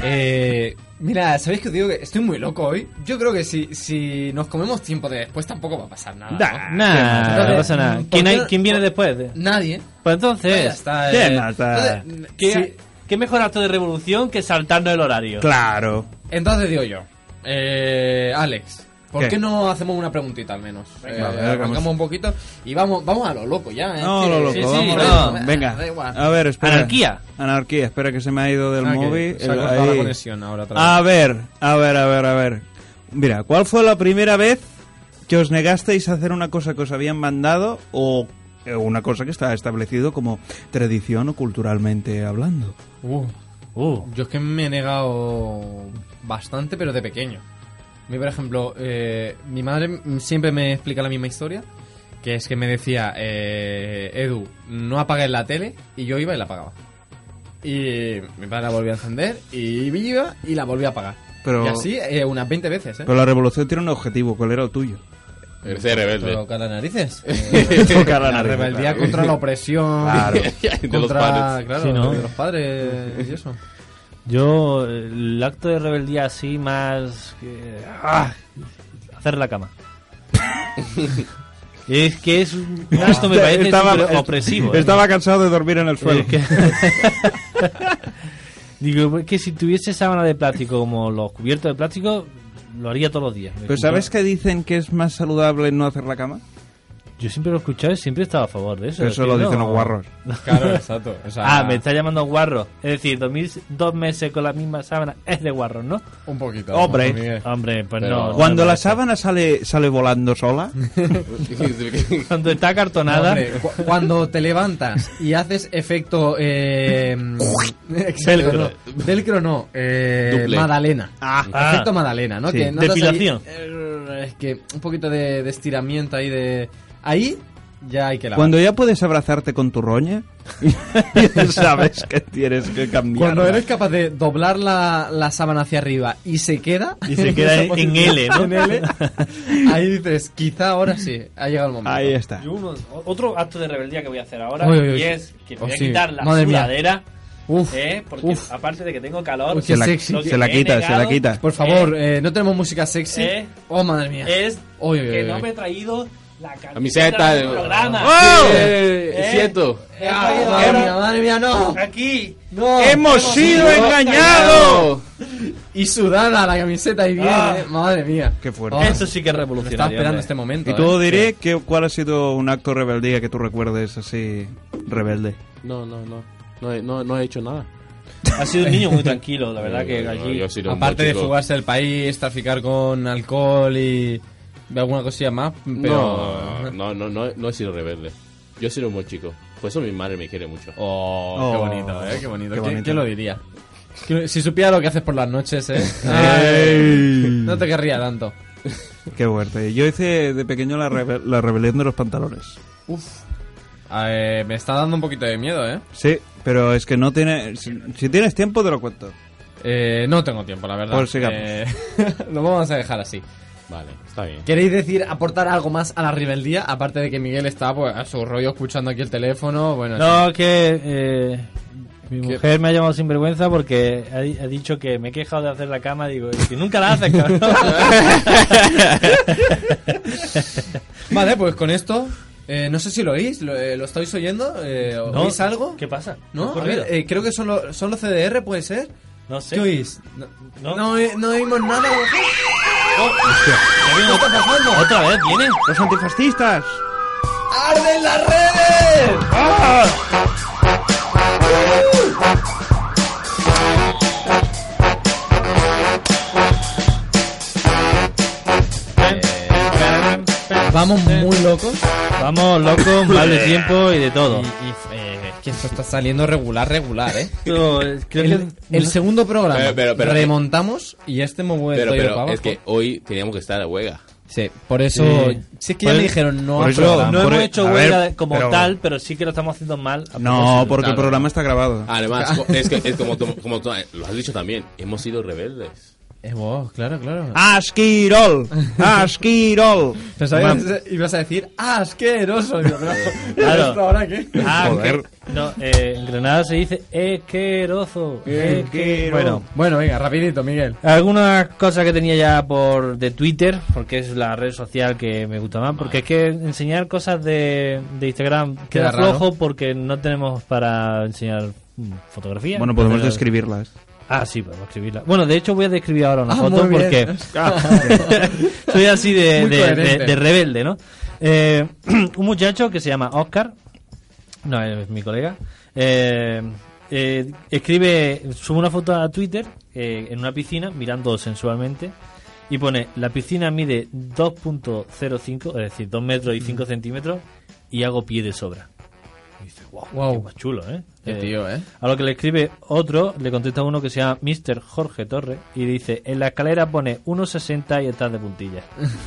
Eh, mira, ¿sabéis que os digo que estoy muy loco hoy? Yo creo que si, si nos comemos tiempo de después tampoco va a pasar nada. ¿no? Nah, Entonces, no pasa nada. ¿por ¿Quién, qué hay- no- quién viene después? de- Nadie. Pues entonces. Ya está, ¿Quién eh, está? entonces, ¿Qué, sí, ¿Qué mejor acto de revolución que saltarnos el horario? Claro. entonces digo yo, eh, Alex, ¿por ¿Qué? qué? no hacemos una preguntita al menos? Venga, Eh, a ver, arrancamos vamos. un poquito y vamos vamos a lo loco ya. ¿eh? No, Que- lo loco, sí, sí, vamos no. a- Venga, Da igual. a ver, espera. Anarquía. Anarquía, espera que se me ha ido del Ah, que móvil. se ha El- cortado la ahí. conexión ahora otra vez. A ver, a ver, a ver, a ver. Mira, ¿cuál fue la primera vez que os negasteis a hacer una cosa que os habían mandado o una cosa que está establecido como tradición o culturalmente hablando. Uh, uh. Yo es que me he negado bastante, pero de pequeño. A mí, por ejemplo, eh, mi madre siempre me explica la misma historia, que es que me decía, eh, Edu, no apagues la tele, y yo iba y la apagaba. Y mi padre la volvía a encender, y iba y la volvía a apagar. Pero, y así eh, unas veinte veces, ¿eh? Pero la revolución tiene un objetivo, ¿cuál era el tuyo? El ser rebelde. Tocar las narices. Eh, Tocar la, la nariz, rebeldía claro. contra la opresión. Claro. de contra, los padres. Claro, sí, ¿no? de los padres y eso. Yo, el acto de rebeldía así más... Que, ¡ah! Hacer la cama. Es que es un acto, me parece, estaba, súper opresivo. Estaba ¿eh? cansado de dormir en el suelo. Es que... Digo, es que si tuviese sábana de plástico como los cubiertos de plástico, lo haría todos los días. ¿Pero sabes que dicen que es más saludable no hacer la cama? Yo siempre lo he escuchado y siempre he estado a favor de eso. Eso lo dicen los guarros. Claro, exacto. O sea, ah, me está llamando guarro. Es decir, dormir dos meses con la misma sábana es de guarros, ¿no? Un poquito. Hombre. Hombre, pues Pero no. Cuando no la parece. sábana sale sale volando sola. Cuando está acartonada. Hombre, cu- cuando te levantas y haces efecto eh, Velcro. no, velcro no, eh, Duple. Magdalena. Ah. Efecto Magdalena, ¿no? Sí. Que notas Depilación. ahí, eh, es que un poquito de, de estiramiento ahí de ahí ya hay que lavar. Cuando ya puedes abrazarte con tu roña, ya sabes que tienes que cambiar. Cuando eres capaz de doblar la, la sábana hacia arriba y se queda Y se queda en, en L, ¿no? en L, ahí dices, quizá ahora sí, ha llegado el momento. Ahí está. Y uno- otro acto de rebeldía que voy a hacer ahora Uy, uy, uy. y es que me voy Oh, a sí. quitar la Madre mía. sudadera, Uf, ¿eh? Porque uf. aparte de que tengo calor, Uy, Se qué la, sexy. lo que se la me he quita, se la negado quita. Por favor, eh, no tenemos música sexy. Eh. Oh, madre mía. es Uy, uy, que uy, no uy. me he traído la Camiseta camiseta de- del programa. ¡Oh! Eh, ¿Eh? Es cierto. He traído Madre ahora mía, madre mía, no. aquí. No. ¡Hemos sido engañados! Y sudada la camiseta y bien, Ah. eh. Madre mía. Qué fuerte. Oh, Eso sí que es me revolucionario. estaba esperando hombre. este momento. Y tú eh. diré que, cuál ha sido un acto de rebeldía que tú recuerdes así rebelde. No, no, no. No he, no, no he hecho nada. Ha sido un niño muy tranquilo, la verdad No, que no, allí... yo he sido un Aparte buen de chico. fugarse el país, traficar con alcohol y alguna cosilla más, pero... No, no, no, no, no he sido rebelde. Yo he sido un buen chico. Por eso mi madre me quiere mucho. Oh, Oh, qué bonito, eh, qué bonito. qué ¿Quién, bonito. quién lo diría? Que- Si supiera lo que haces por las noches, eh. Ay. No te querría tanto. Qué fuerte. Yo hice de pequeño la, rebe- la rebelión de los pantalones. Eh, me está dando un poquito de miedo, eh. Sí, pero es que no tiene... Si, si tienes tiempo te lo cuento. Eh, no tengo tiempo, la verdad. Pues sigamos. Eh, lo vamos a dejar así. Vale, está bien. ¿Queréis decir, aportar algo más a la rebeldía? Aparte de que Miguel está pues, a su rollo escuchando aquí el teléfono. Bueno, No, que eh, mi ¿Qué? mujer me ha llamado sinvergüenza porque ha, di- ha dicho que me he quejado de hacer la cama. Digo, y que nunca la haces, cabrón. sí. Vale, pues con esto. Eh, no sé si lo oís, ¿lo, eh, ¿lo estáis oyendo? Eh, No, ¿Oís algo? ¿Qué pasa? ¿No? ¿Qué ha A ver, ocurrido? eh, creo que son, lo- son los C D R, ¿puede ser? No sé. ¿Qué oís? No, No. no, oí- no oímos nada. Oh, ¿Qué está pasando? ¿Otra vez viene? ¡Los antifascistas! ¡Arden las redes! Vamos muy locos. Vamos locos, mal de tiempo y de todo. Y, y, eh, es que esto está saliendo regular, regular, ¿eh? Pero, eh, creo El, que- el segundo programa Pero, pero, pero- remontamos y este me vuelto Pero, a ir pero para abajo. es que hoy teníamos que estar a huelga. Sí, por eso... Sí. Si es que Por ya me el- dijeron no por a eso- programa. no por hemos e- hecho a huelga ver, como pero- tal, pero sí que lo estamos haciendo mal. a No, propósito. porque el claro. programa está grabado. Además, co- es que es como, tú- como tú lo has dicho también, hemos sido rebeldes. Eh, vos, claro, claro. ¡Asquirol! ¡Asquirol! Pensaba que ibas a decir ¡ah, asqueroso! Digo, pero, Claro. ¿esto ahora qué? Ah, Joder. que- no, eh, en Granada se dice equeroso. Equero. Bueno, Bueno, venga, rapidito, Miguel. algunas cosas que tenía ya por de Twitter, porque es la red social que me gusta más, porque es que enseñar cosas de, de Instagram queda Queda raro. flojo porque no tenemos para enseñar mm, fotografía. Bueno, podemos Pero- describirlas. Ah, sí, podemos escribirla. Bueno, de hecho voy a describir ahora una Ah, foto muy porque bien. soy así de, Muy de- de- coherente. de rebelde, ¿no? Eh, un muchacho que se llama Oscar, no, es mi colega, eh, eh, escribe, sube una foto a Twitter eh, en una piscina mirando sensualmente y pone, la piscina mide dos punto cero cinco, es decir, dos metros y cinco centímetros y hago pie de sobra. Y dice, wow, Wow. qué más chulo, ¿eh? Qué Eh, tío, ¿eh? A lo que le escribe otro, le contesta uno que se llama mister Jorge Torres y dice, en la escalera pone uno sesenta y estás de puntillas.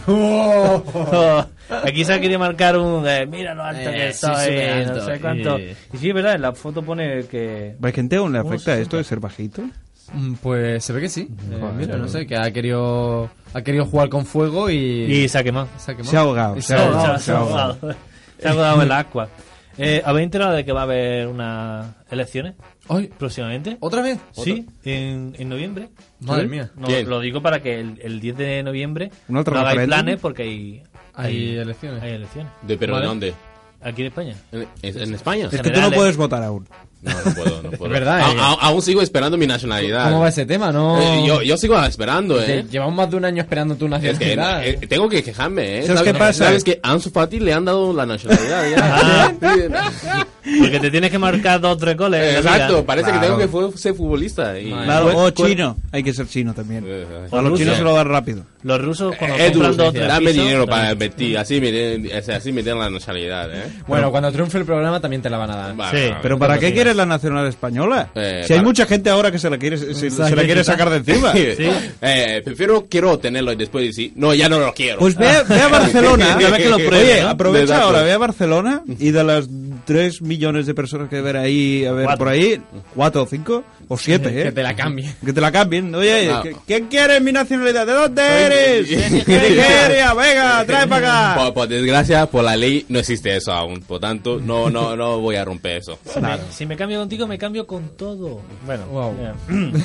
Oh, aquí se ha querido marcar un, eh, mira lo alto Eh, que sí, estoy, súper no alto. sé cuánto. Y- Y sí, es verdad, en la foto pone que... ¿Hay gente aún le uno afecta esto de sesenta. ser bajito? Mm, Pues se ve que sí. Eh, Joder, mira, no tío. sé, que ha querido ha querido jugar con fuego y... Y se ha quemado. se ha quemado. Se ha ahogado. Y Se ha ahogado. Se ha ahogado. Se ha ahogado en el agua. Eh, ¿Habéis enterado de que va a haber unas elecciones ¡Ay! próximamente? ¿Otra vez? Sí, en, en noviembre. Madre ¿Sí? mía. No, Bien. lo digo para que el, el diez de noviembre ¿Un otro no hagáis referéndum? planes porque hay, Hay elecciones. hay elecciones. ¿De pero Vale. de dónde? Aquí en España. ¿En, en- en España? Es que tú Generales. no puedes votar aún. No, no puedo, no puedo. Es verdad, A- eh. a- aún sigo esperando mi nacionalidad. ¿Cómo va ese tema? No... Eh, yo, yo sigo esperando, Te- ¿eh? Llevamos más de un año esperando tu Es que nacionalidad. eh, tengo que quejarme, ¿eh? ¿Sabes qué pasa? ¿Sabes que a Ansu Fati le han dado la nacionalidad Ah. ya? Porque te tienes que marcar dos o tres goles. en la Exacto, vida. parece Claro. que tengo que fu- ser futbolista. Y... Madre Claro, Pues- o pues- chino. Hay que ser chino también. Eh, A los Rusia. chinos se lo dan rápido. Los rusos cuando Edu, compran dos o tres dame pisos, dinero para también. invertir, así me, den, así me den la nacionalidad, ¿eh? Bueno, cuando triunfe el programa también te la van a dar. Vale, Sí, vale. Pero ¿para qué quieres la nacional española? Eh, si hay para- mucha gente ahora que se la quiere, se, se sea, la que quiere quizá- sacar de encima. Sí. Eh, prefiero quiero tenerlo y después decir, no, ya no lo quiero. Pues ve, a- ve a Barcelona. Ya ve que lo pruebe, Oye, ¿no? aprovecha Exacto. ahora, ve a Barcelona y de las tres millones de personas que ver ahí, a ver Cuatro. por ahí, cuatro o cinco o siete, ¿eh? Que te la cambie. Que te la cambien. Oye, No. ¿qué- ¿quién quiere mi nacionalidad? ¿De dónde Soy- eres? Sí. De Nigeria, venga, trae para acá. Por, por desgracia, por la ley no existe eso aún. Por tanto, no, no, no voy a romper eso. Si, me, si me cambio contigo, me cambio con todo. Bueno, Wow. ya.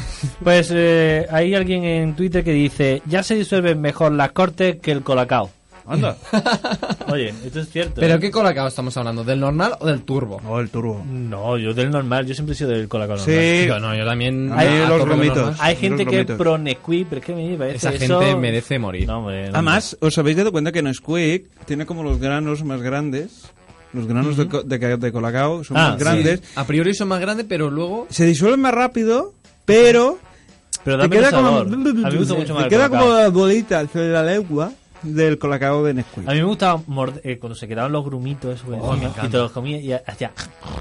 Pues eh, hay alguien en Twitter que dice: ya se disuelven mejor las cortes que el colacao. Anda. Oye, esto es cierto. ¿Pero ¿eh? qué colacao estamos hablando? ¿Del normal o del turbo? Oh, el turbo. No, yo del normal, yo siempre he sido del colacao normal. Sí. Yo no, yo también... Hay a los tope de romitos. normal. Hay gente Los que es romitos. pro Nesquik, pero es que me parece Esa eso... gente merece morir. No, hombre, no, Además, ¿os habéis dado cuenta que Nesquik tiene como los granos más grandes? Los granos de, co- de, ca- de colacao son Ah, más sí. grandes. A priori son más grandes, pero luego... Se disuelven más rápido, pero pero te da queda menos como, sabor. A mí me gusta mucho más te el queda colacao. como bolita sobre la lengua del colacao de Nesquik. A mí me gustaba morder, eh, cuando se quedaban los grumitos eso, Oh, me y encanta. te los comías y hacía...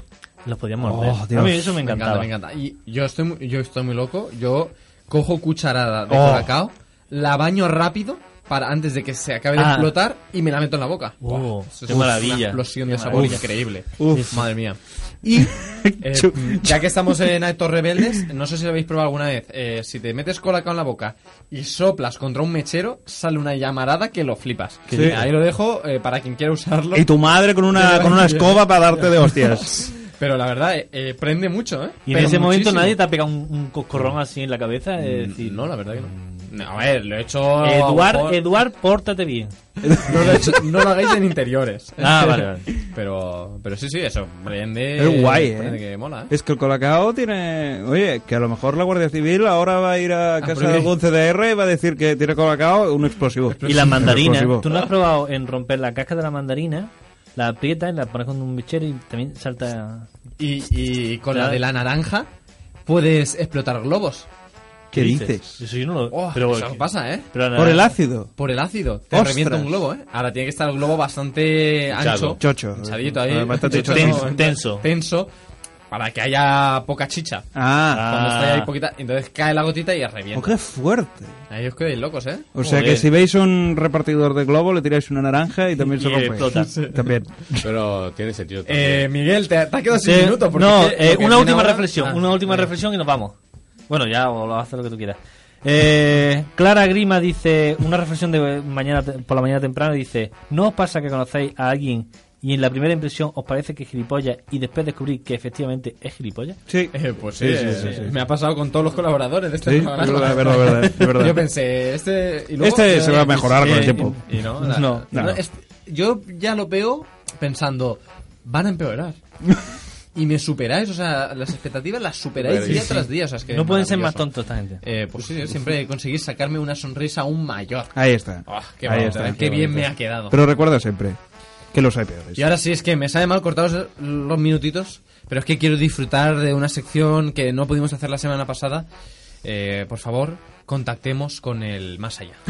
Los podías morder. Oh, Dios. A mí eso me Me encantaba. encanta, me encanta. Y yo estoy, muy, yo estoy muy loco. Yo cojo cucharada de Oh. colacao, la baño rápido para antes de que se acabe de Ah. explotar y me la meto en la boca. Oh, Eso qué es maravilla. Una explosión de Qué sabor maravilla. increíble. Uf. Madre mía. Y eh, ya que estamos en Actos Rebeldes, no sé si lo habéis probado alguna vez. Eh, si te metes colacao en la boca y soplas contra un mechero, sale una llamarada que lo flipas. Sí. Ahí lo dejo eh, para quien quiera usarlo. Y tu madre con una, con una escoba para darte de hostias. Pero la verdad, eh, eh, prende mucho, ¿eh? Y en Pero ese momento muchísimo. nadie te ha pegado un, un coscorrón así en la cabeza. Es decir, No, la verdad que no. No, a ver, lo he hecho... a lo Eduard, mejor- Eduard, pórtate bien. No lo, he hecho- no lo hagáis en interiores. Ah, vale, vale. Pero, pero sí, sí, eso. Prende... Es guay, ¿eh? prende que mola, ¿eh? Es que el colacao tiene... Oye, que a lo mejor la Guardia Civil ahora va a ir a casa de prohibir. algún C D R y va a decir que tiene colacao un explosivo. Y las mandarinas. Explosivo. ¿Tú no has probado en romper la casca de la mandarina? La aprietas, la pones con un bichero y también salta... Y, y con la Claro. de la naranja puedes explotar globos. ¿Qué dices? Eso yo no lo... Oh, pero, eso pasa, ¿eh? pero Por el ácido. Por el ácido. Te ¡Ostras! revienta un globo, ¿eh? Ahora tiene que estar el globo bastante ancho. Chocho. Hinchadito ahí. Ah, bastante Chocho, chocho. no, Tenso. Tenso. Para que haya poca chicha. Ah, Cuando Ah. está ahí poquita, entonces cae la gotita y oh, revienta. qué fuerte. Ahí os quedáis locos, ¿eh? O sea Joder. que si veis un repartidor de globo, le tiráis una naranja y también se Y rompe. explota. También. Pero tiene sentido también. Eh, Miguel, te, te ha quedado sin Sí, minuto. porque no, es que eh, lo que una viene última ahora- reflexión, Ah, una última vale. reflexión y nos vamos. Bueno, ya, o lo haces lo que tú quieras. Eh, Clara Grima dice, una reflexión de mañana te- por la mañana temprano, dice: ¿no os pasa que conocéis a alguien y en la primera impresión os parece que es gilipollas y después descubrís que efectivamente es gilipollas? Sí. Eh, pues sí, Sí, sí, eh, sí, sí. me ha pasado con todos los colaboradores de este Sí, programa. es verdad, es verdad, es verdad, es verdad. Yo pensé, este... Y luego, Este se va a mejorar con el eh, tiempo. Y, y no, la- No, no. es- yo ya lo veo pensando, van a empeorar. Y me superáis, o sea, las expectativas las superáis Sí, día sí. tras día. O sea, es que No es pueden ser más maravilloso. tontos esta gente. Eh, pues sí, siempre conseguís sacarme una sonrisa aún mayor. Ahí está. Ah, qué Ahí bonito, está. eh, qué bien me ha quedado. Pero recuerda siempre que los hay peores. Y ahora sí, es que me sabe mal cortaros los minutitos, pero es que quiero disfrutar de una sección que no pudimos hacer la semana pasada. Eh, por favor, contactemos con el más allá.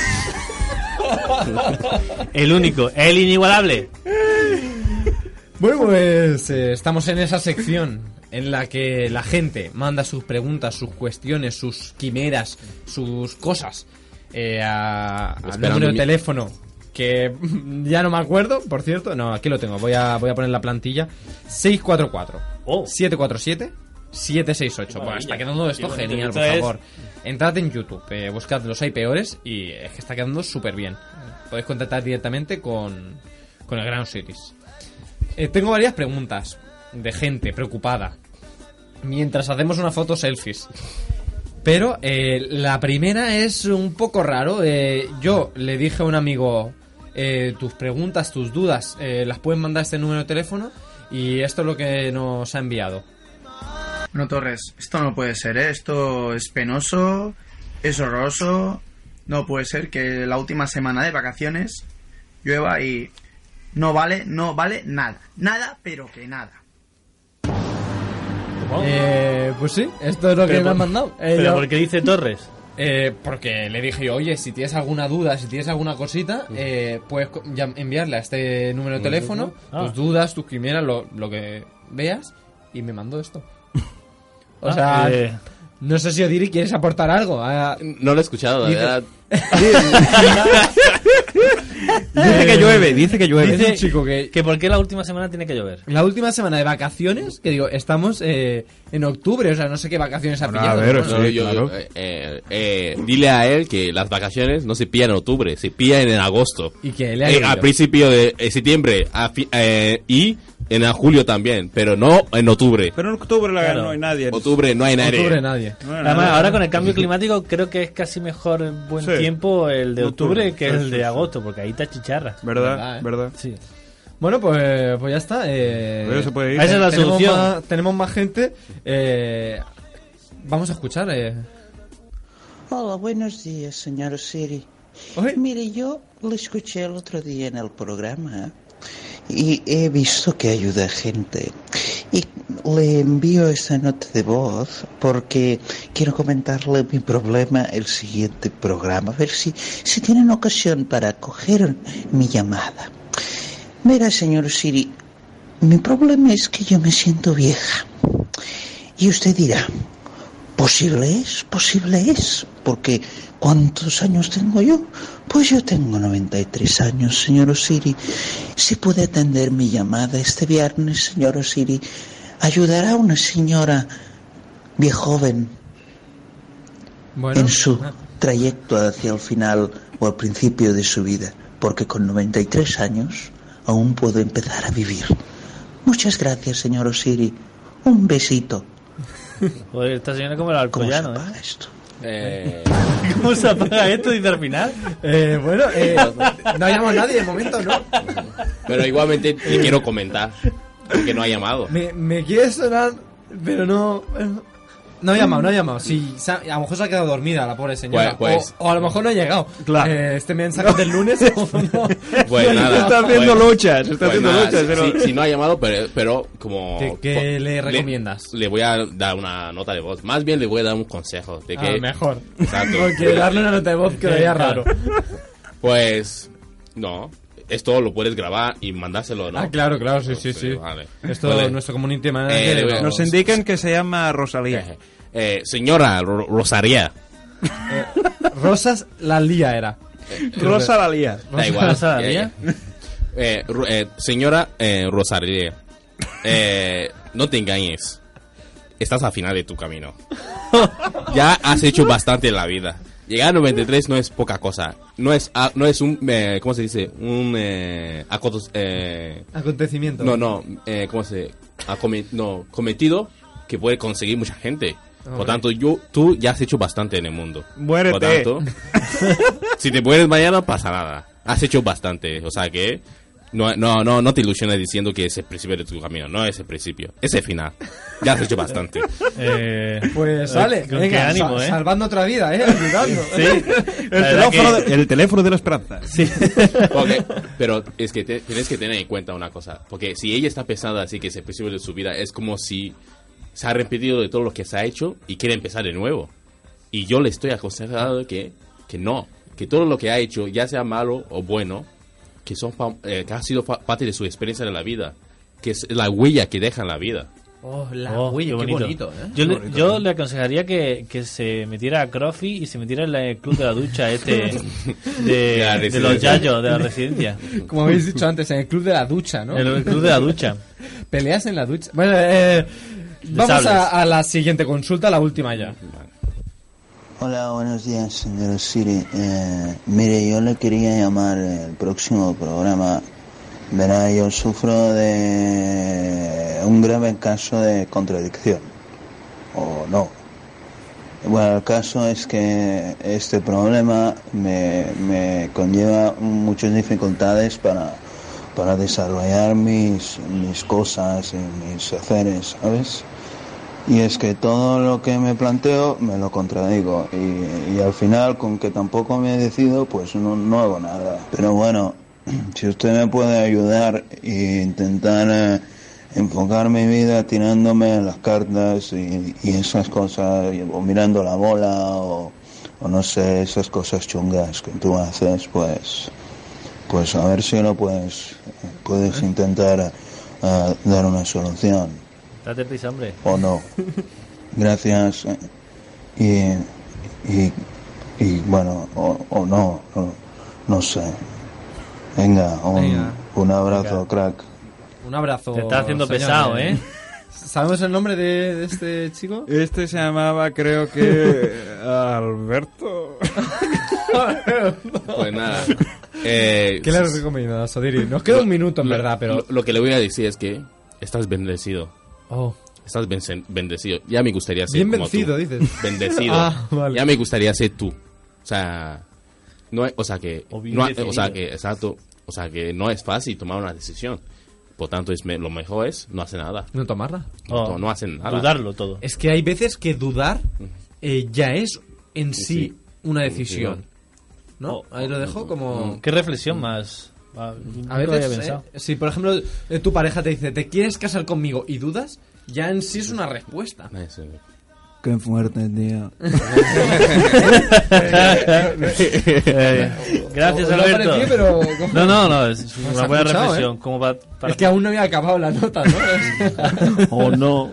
El único, el inigualable. Bueno, pues eh, estamos en esa sección en la que la gente manda sus preguntas, sus cuestiones, sus quimeras, sus cosas eh, a, al número de mi... teléfono que ya no me acuerdo, por cierto. No, aquí lo tengo, voy a, voy a poner la plantilla. seis cuatro cuatro, siete cuatro siete, siete seis ocho. Bueno, está quedando esto sí, genial, por favor. Es... Entrad en YouTube, eh, buscad Los Hay Peores y es que está quedando súper bien. Podéis contactar directamente con, con el Gran Cities. Eh, tengo varias preguntas de gente preocupada mientras hacemos una foto selfies. Pero eh, la primera es un poco raro. Eh, yo le dije a un amigo, eh, tus preguntas, tus dudas, eh, las pueden mandar a este número de teléfono. Y esto es lo que nos ha enviado. No, Torres, esto no puede ser, ¿eh? Esto es penoso, es horroroso. No puede ser que la última semana de vacaciones llueva y no vale, no vale nada. Nada, pero que nada. Eh, pues sí, esto es lo que pero me han mandado. Eh, ¿Pero yo, por qué dice Torres? Eh, porque le dije yo, oye, si tienes alguna duda, si tienes alguna cosita, eh, puedes enviarle a este número de teléfono ah. tus dudas, tus quimeras, lo, lo que veas, y me mandó esto. O ah, sea, eh... no sé si Odiri quieres aportar algo. Ah, no lo he escuchado, la verdad. Dice que llueve, dice que llueve. Dice chico que, que por qué la última semana tiene que llover. La última semana de vacaciones, que digo, estamos eh, en octubre, o sea, no sé qué vacaciones ha pillado. A ver, ¿no? sí, yo, claro. eh, eh, eh, dile a él que las vacaciones no se pillan en octubre, se pillan en agosto. Y que le ha eh, al principio de eh, septiembre a fi, eh, y en julio también, pero no en octubre. Pero en octubre la claro. no hay nadie. Octubre no hay nadie. Octubre nadie. No hay Además, nadie. Ahora con el cambio climático creo que es casi mejor buen sí. tiempo el de octubre, octubre que sí, el de sí, agosto, porque ahí está chicharra. ¿Verdad? ¿Verdad? ¿eh? ¿Verdad? Sí. Bueno, pues, pues ya está. Eh, Pero se puede ir. Esa es la tenemos solución. Más, tenemos más gente. Eh, vamos a escuchar. Eh. Hola, buenos días, señor Siri. ¿Oye? Mire, yo lo escuché el otro día en el programa y he visto que ayuda a gente. Y le envío esta nota de voz porque quiero comentarle mi problema el siguiente programa. A ver si, si tienen ocasión para coger mi llamada. Mira, señor Siri, mi problema es que yo me siento vieja. Y usted dirá, ¿posible es? ¿Posible es? Porque ¿cuántos años tengo yo? Pues yo tengo noventa y tres años, señor Osiri. Si puede atender mi llamada este viernes, señor Osiri, ayudará a una señora viejoven bueno, en su trayecto hacia el final o al principio de su vida, porque con noventa y tres años aún puedo empezar a vivir. Muchas gracias, señor Osiri. Un besito. Joder, esta señora como el Alcoyano, ¿Cómo se apaga ¿eh? esto? Eh... ¿Cómo se apaga esto? Dice al final. Eh, bueno, eh, no ha llamado a nadie de momento, ¿no? Pero igualmente te quiero comentar porque no ha llamado. Me, me quiere sonar, pero no... No ha llamado, no ha llamado. Si, a lo mejor se ha quedado dormida la pobre señora. Pues, pues, o, o a lo mejor no ha llegado. Claro. Eh, este mensaje del lunes. No. Pues nada. Está haciendo pues, luchas. Está pues haciendo nada, luchas. Si, pero... si, si no ha llamado, pero, pero como. ¿Qué, qué le recomiendas? Le, le voy a dar una nota de voz. Más bien le voy a dar un consejo. De que, ah, mejor. Exacto. Porque darle una nota de voz quedaría raro. Pues. No. Esto lo puedes grabar y mandárselo, ¿no? Ah, claro, claro, sí, sí, sí. Vale. Esto vale. es nuestro community manager. Eh, Nos indican que se llama Rosalía. Eh, eh, señora Ro Rosaría. Eh, Rosas la lía era. Eh, Rosa la lía. Da igual. Rosa la lía. Eh, eh, señora eh, Rosaría. Eh, no te engañes. Estás al final de tu camino. Ya has hecho bastante en la vida. Llegar a noventa y tres no es poca cosa. No es, no es un, eh, ¿cómo se dice? Un eh, acotos, eh, acontecimiento. No, no, eh, ¿cómo se acome, no, cometido que puede conseguir mucha gente. Oh, Por tanto, yo, tú ya has hecho bastante en el mundo. Muérete. Por tanto, si te mueres mañana, pasa nada. Has hecho bastante. O sea que no, no, no, no te ilusiones diciendo que es el principio de tu camino. No es el principio, es el final. Ya has hecho bastante. Eh, pues sale, con venga, qué ánimo, sa ¿eh? Salvando otra vida, ¿eh? Ayudando. Sí. El teléfono, que... el teléfono de la esperanza. Sí. Porque, pero es que te, tienes que tener en cuenta una cosa. Porque si ella está pesada así que es el principio de su vida, es como si se ha arrepentido de todo lo que se ha hecho y quiere empezar de nuevo. Y yo le estoy aconsejando que, que no. que todo lo que ha hecho, ya sea malo o bueno, que son eh, que ha sido parte de su experiencia de la vida, que es la huella que deja en la vida. Oh, la oh, huella, qué qué bonito. bonito, ¿eh? Yo, le, bonito, yo ¿eh? le aconsejaría que, que se metiera a Crofi y se metiera en el club de la ducha este de, de, de los yayos de la residencia. Como habéis dicho antes, en el club de la ducha, ¿no? En el club de la ducha. Peleas en la ducha. Bueno, eh, vamos a, a la siguiente consulta, la última ya. Hola, buenos días, señor Siri. Eh, mire, yo le quería llamar el próximo programa. Verá, yo sufro de un grave caso de contradicción. O no. Bueno, el caso es que este problema me, me conlleva muchas dificultades para, para desarrollar mis, mis cosas y mis haceres, ¿sabes? Y es que todo lo que me planteo me lo contradigo y, y al final, con que tampoco me decido, pues no, no hago nada. Pero bueno, si usted me puede ayudar e intentar eh, enfocar mi vida tirándome las cartas y, y esas cosas, o mirando la bola, o, o no sé, esas cosas chungas que tú haces, pues pues a ver si lo puedes, puedes intentar uh, dar una solución. Date prisa, hombre. O no. Gracias. Y, y, y bueno, o, o no, no, no sé. Venga, un, Venga. un abrazo, Venga. crack. Un abrazo. Te está haciendo señor, pesado, ¿eh? ¿Sabemos el nombre de, de este chico? Este se llamaba, creo que... Alberto. Pues nada. Eh, ¿Qué le recomiendas, Sodiri? Nos queda lo, un minuto, en lo, verdad, pero... Lo, lo que le voy a decir es que estás bendecido. Oh. Estás ben- bendecido. Ya me gustaría ser Bien como vencido, tú. dices. Bendecido. Ah, vale. Ya me gustaría ser tú. O sea... No, o sea que... O, bien no, decidido. o sea que, exacto. O sea que no es fácil tomar una decisión. Por tanto, es me, lo mejor es no hacer nada. No tomarla. No, oh, no hacer nada. Dudarlo todo. Es que hay veces que dudar eh, ya es en sí, sí una decisión. ¿No? Oh, Ahí lo dejo como... ¿Qué reflexión más? A, a veces, eh, si por ejemplo eh, tu pareja te dice, ¿te quieres casar conmigo? Y dudas, ya en sí es una respuesta. Qué fuerte, tío. eh, gracias, Alberto. Parecí, pero... No, no, no, es una buena reflexión. ¿eh? Como para, para... Es que aún no había acabado la nota, ¿no? ¿O no?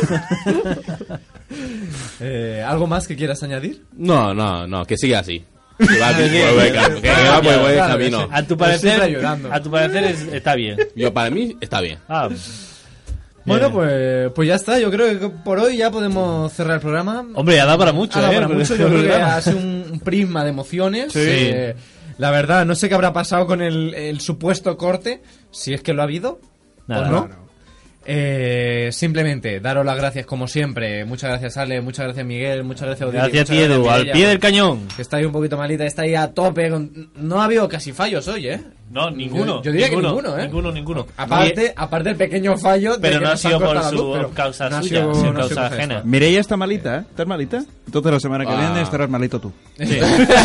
eh, ¿Algo más que quieras añadir? No, no, no, que siga así. Que va por buen, buen camino. A tu parecer, a tu parecer es, está bien. Yo, para mí, está bien. Ah, bueno, pues, pues ya está. Yo creo que por hoy ya podemos cerrar el programa. Hombre, ha dado para mucho, ha dado ¿eh? para mucho. Yo creo que ha sido un prisma de emociones. Sí. Eh, la verdad, no sé qué habrá pasado con el, el supuesto corte, si es que lo ha habido Nada, o no. no. Eh, simplemente daros las gracias como siempre. Muchas gracias, Ale, muchas gracias, Miguel, muchas gracias, Odile, gracias, Edu, al pie del cañón. Que está ahí un poquito malita, está ahí a tope con... No ha habido casi fallos hoy, ¿eh? No, ninguno. Yo, yo diría ninguno, que ninguno, ¿eh? Ninguno, ninguno. Aparte, aparte el pequeño fallo... Pero de que no ha sido por su luz, pero causa no suya, sido, sin no causa ajena. Mireia está malita, ¿eh? ¿Estás malita? Entonces la semana que ah. viene estarás malito tú. Sí.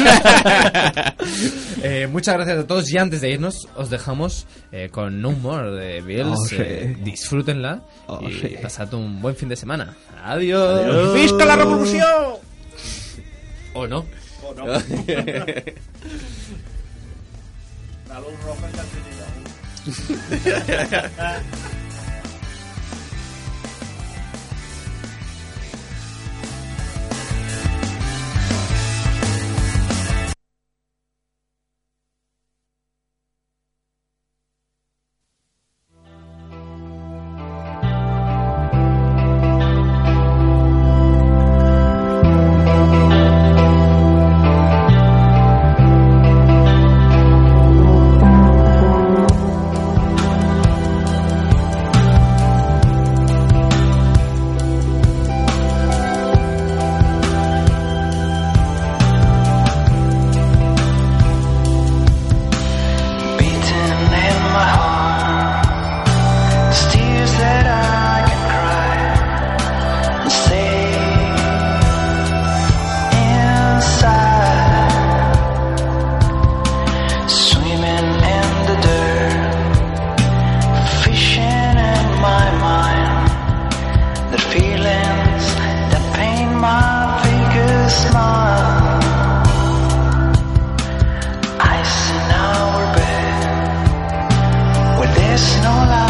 eh, muchas gracias a todos y antes de irnos os dejamos eh, con No More de Beatles. Oh, sí. eh, disfrútenla oh, y sí. pasad un buen fin de semana. Adiós. Adiós. ¡Visca la revolución! ¿O no? ¿O no? La luz roja está Trinidad. si no la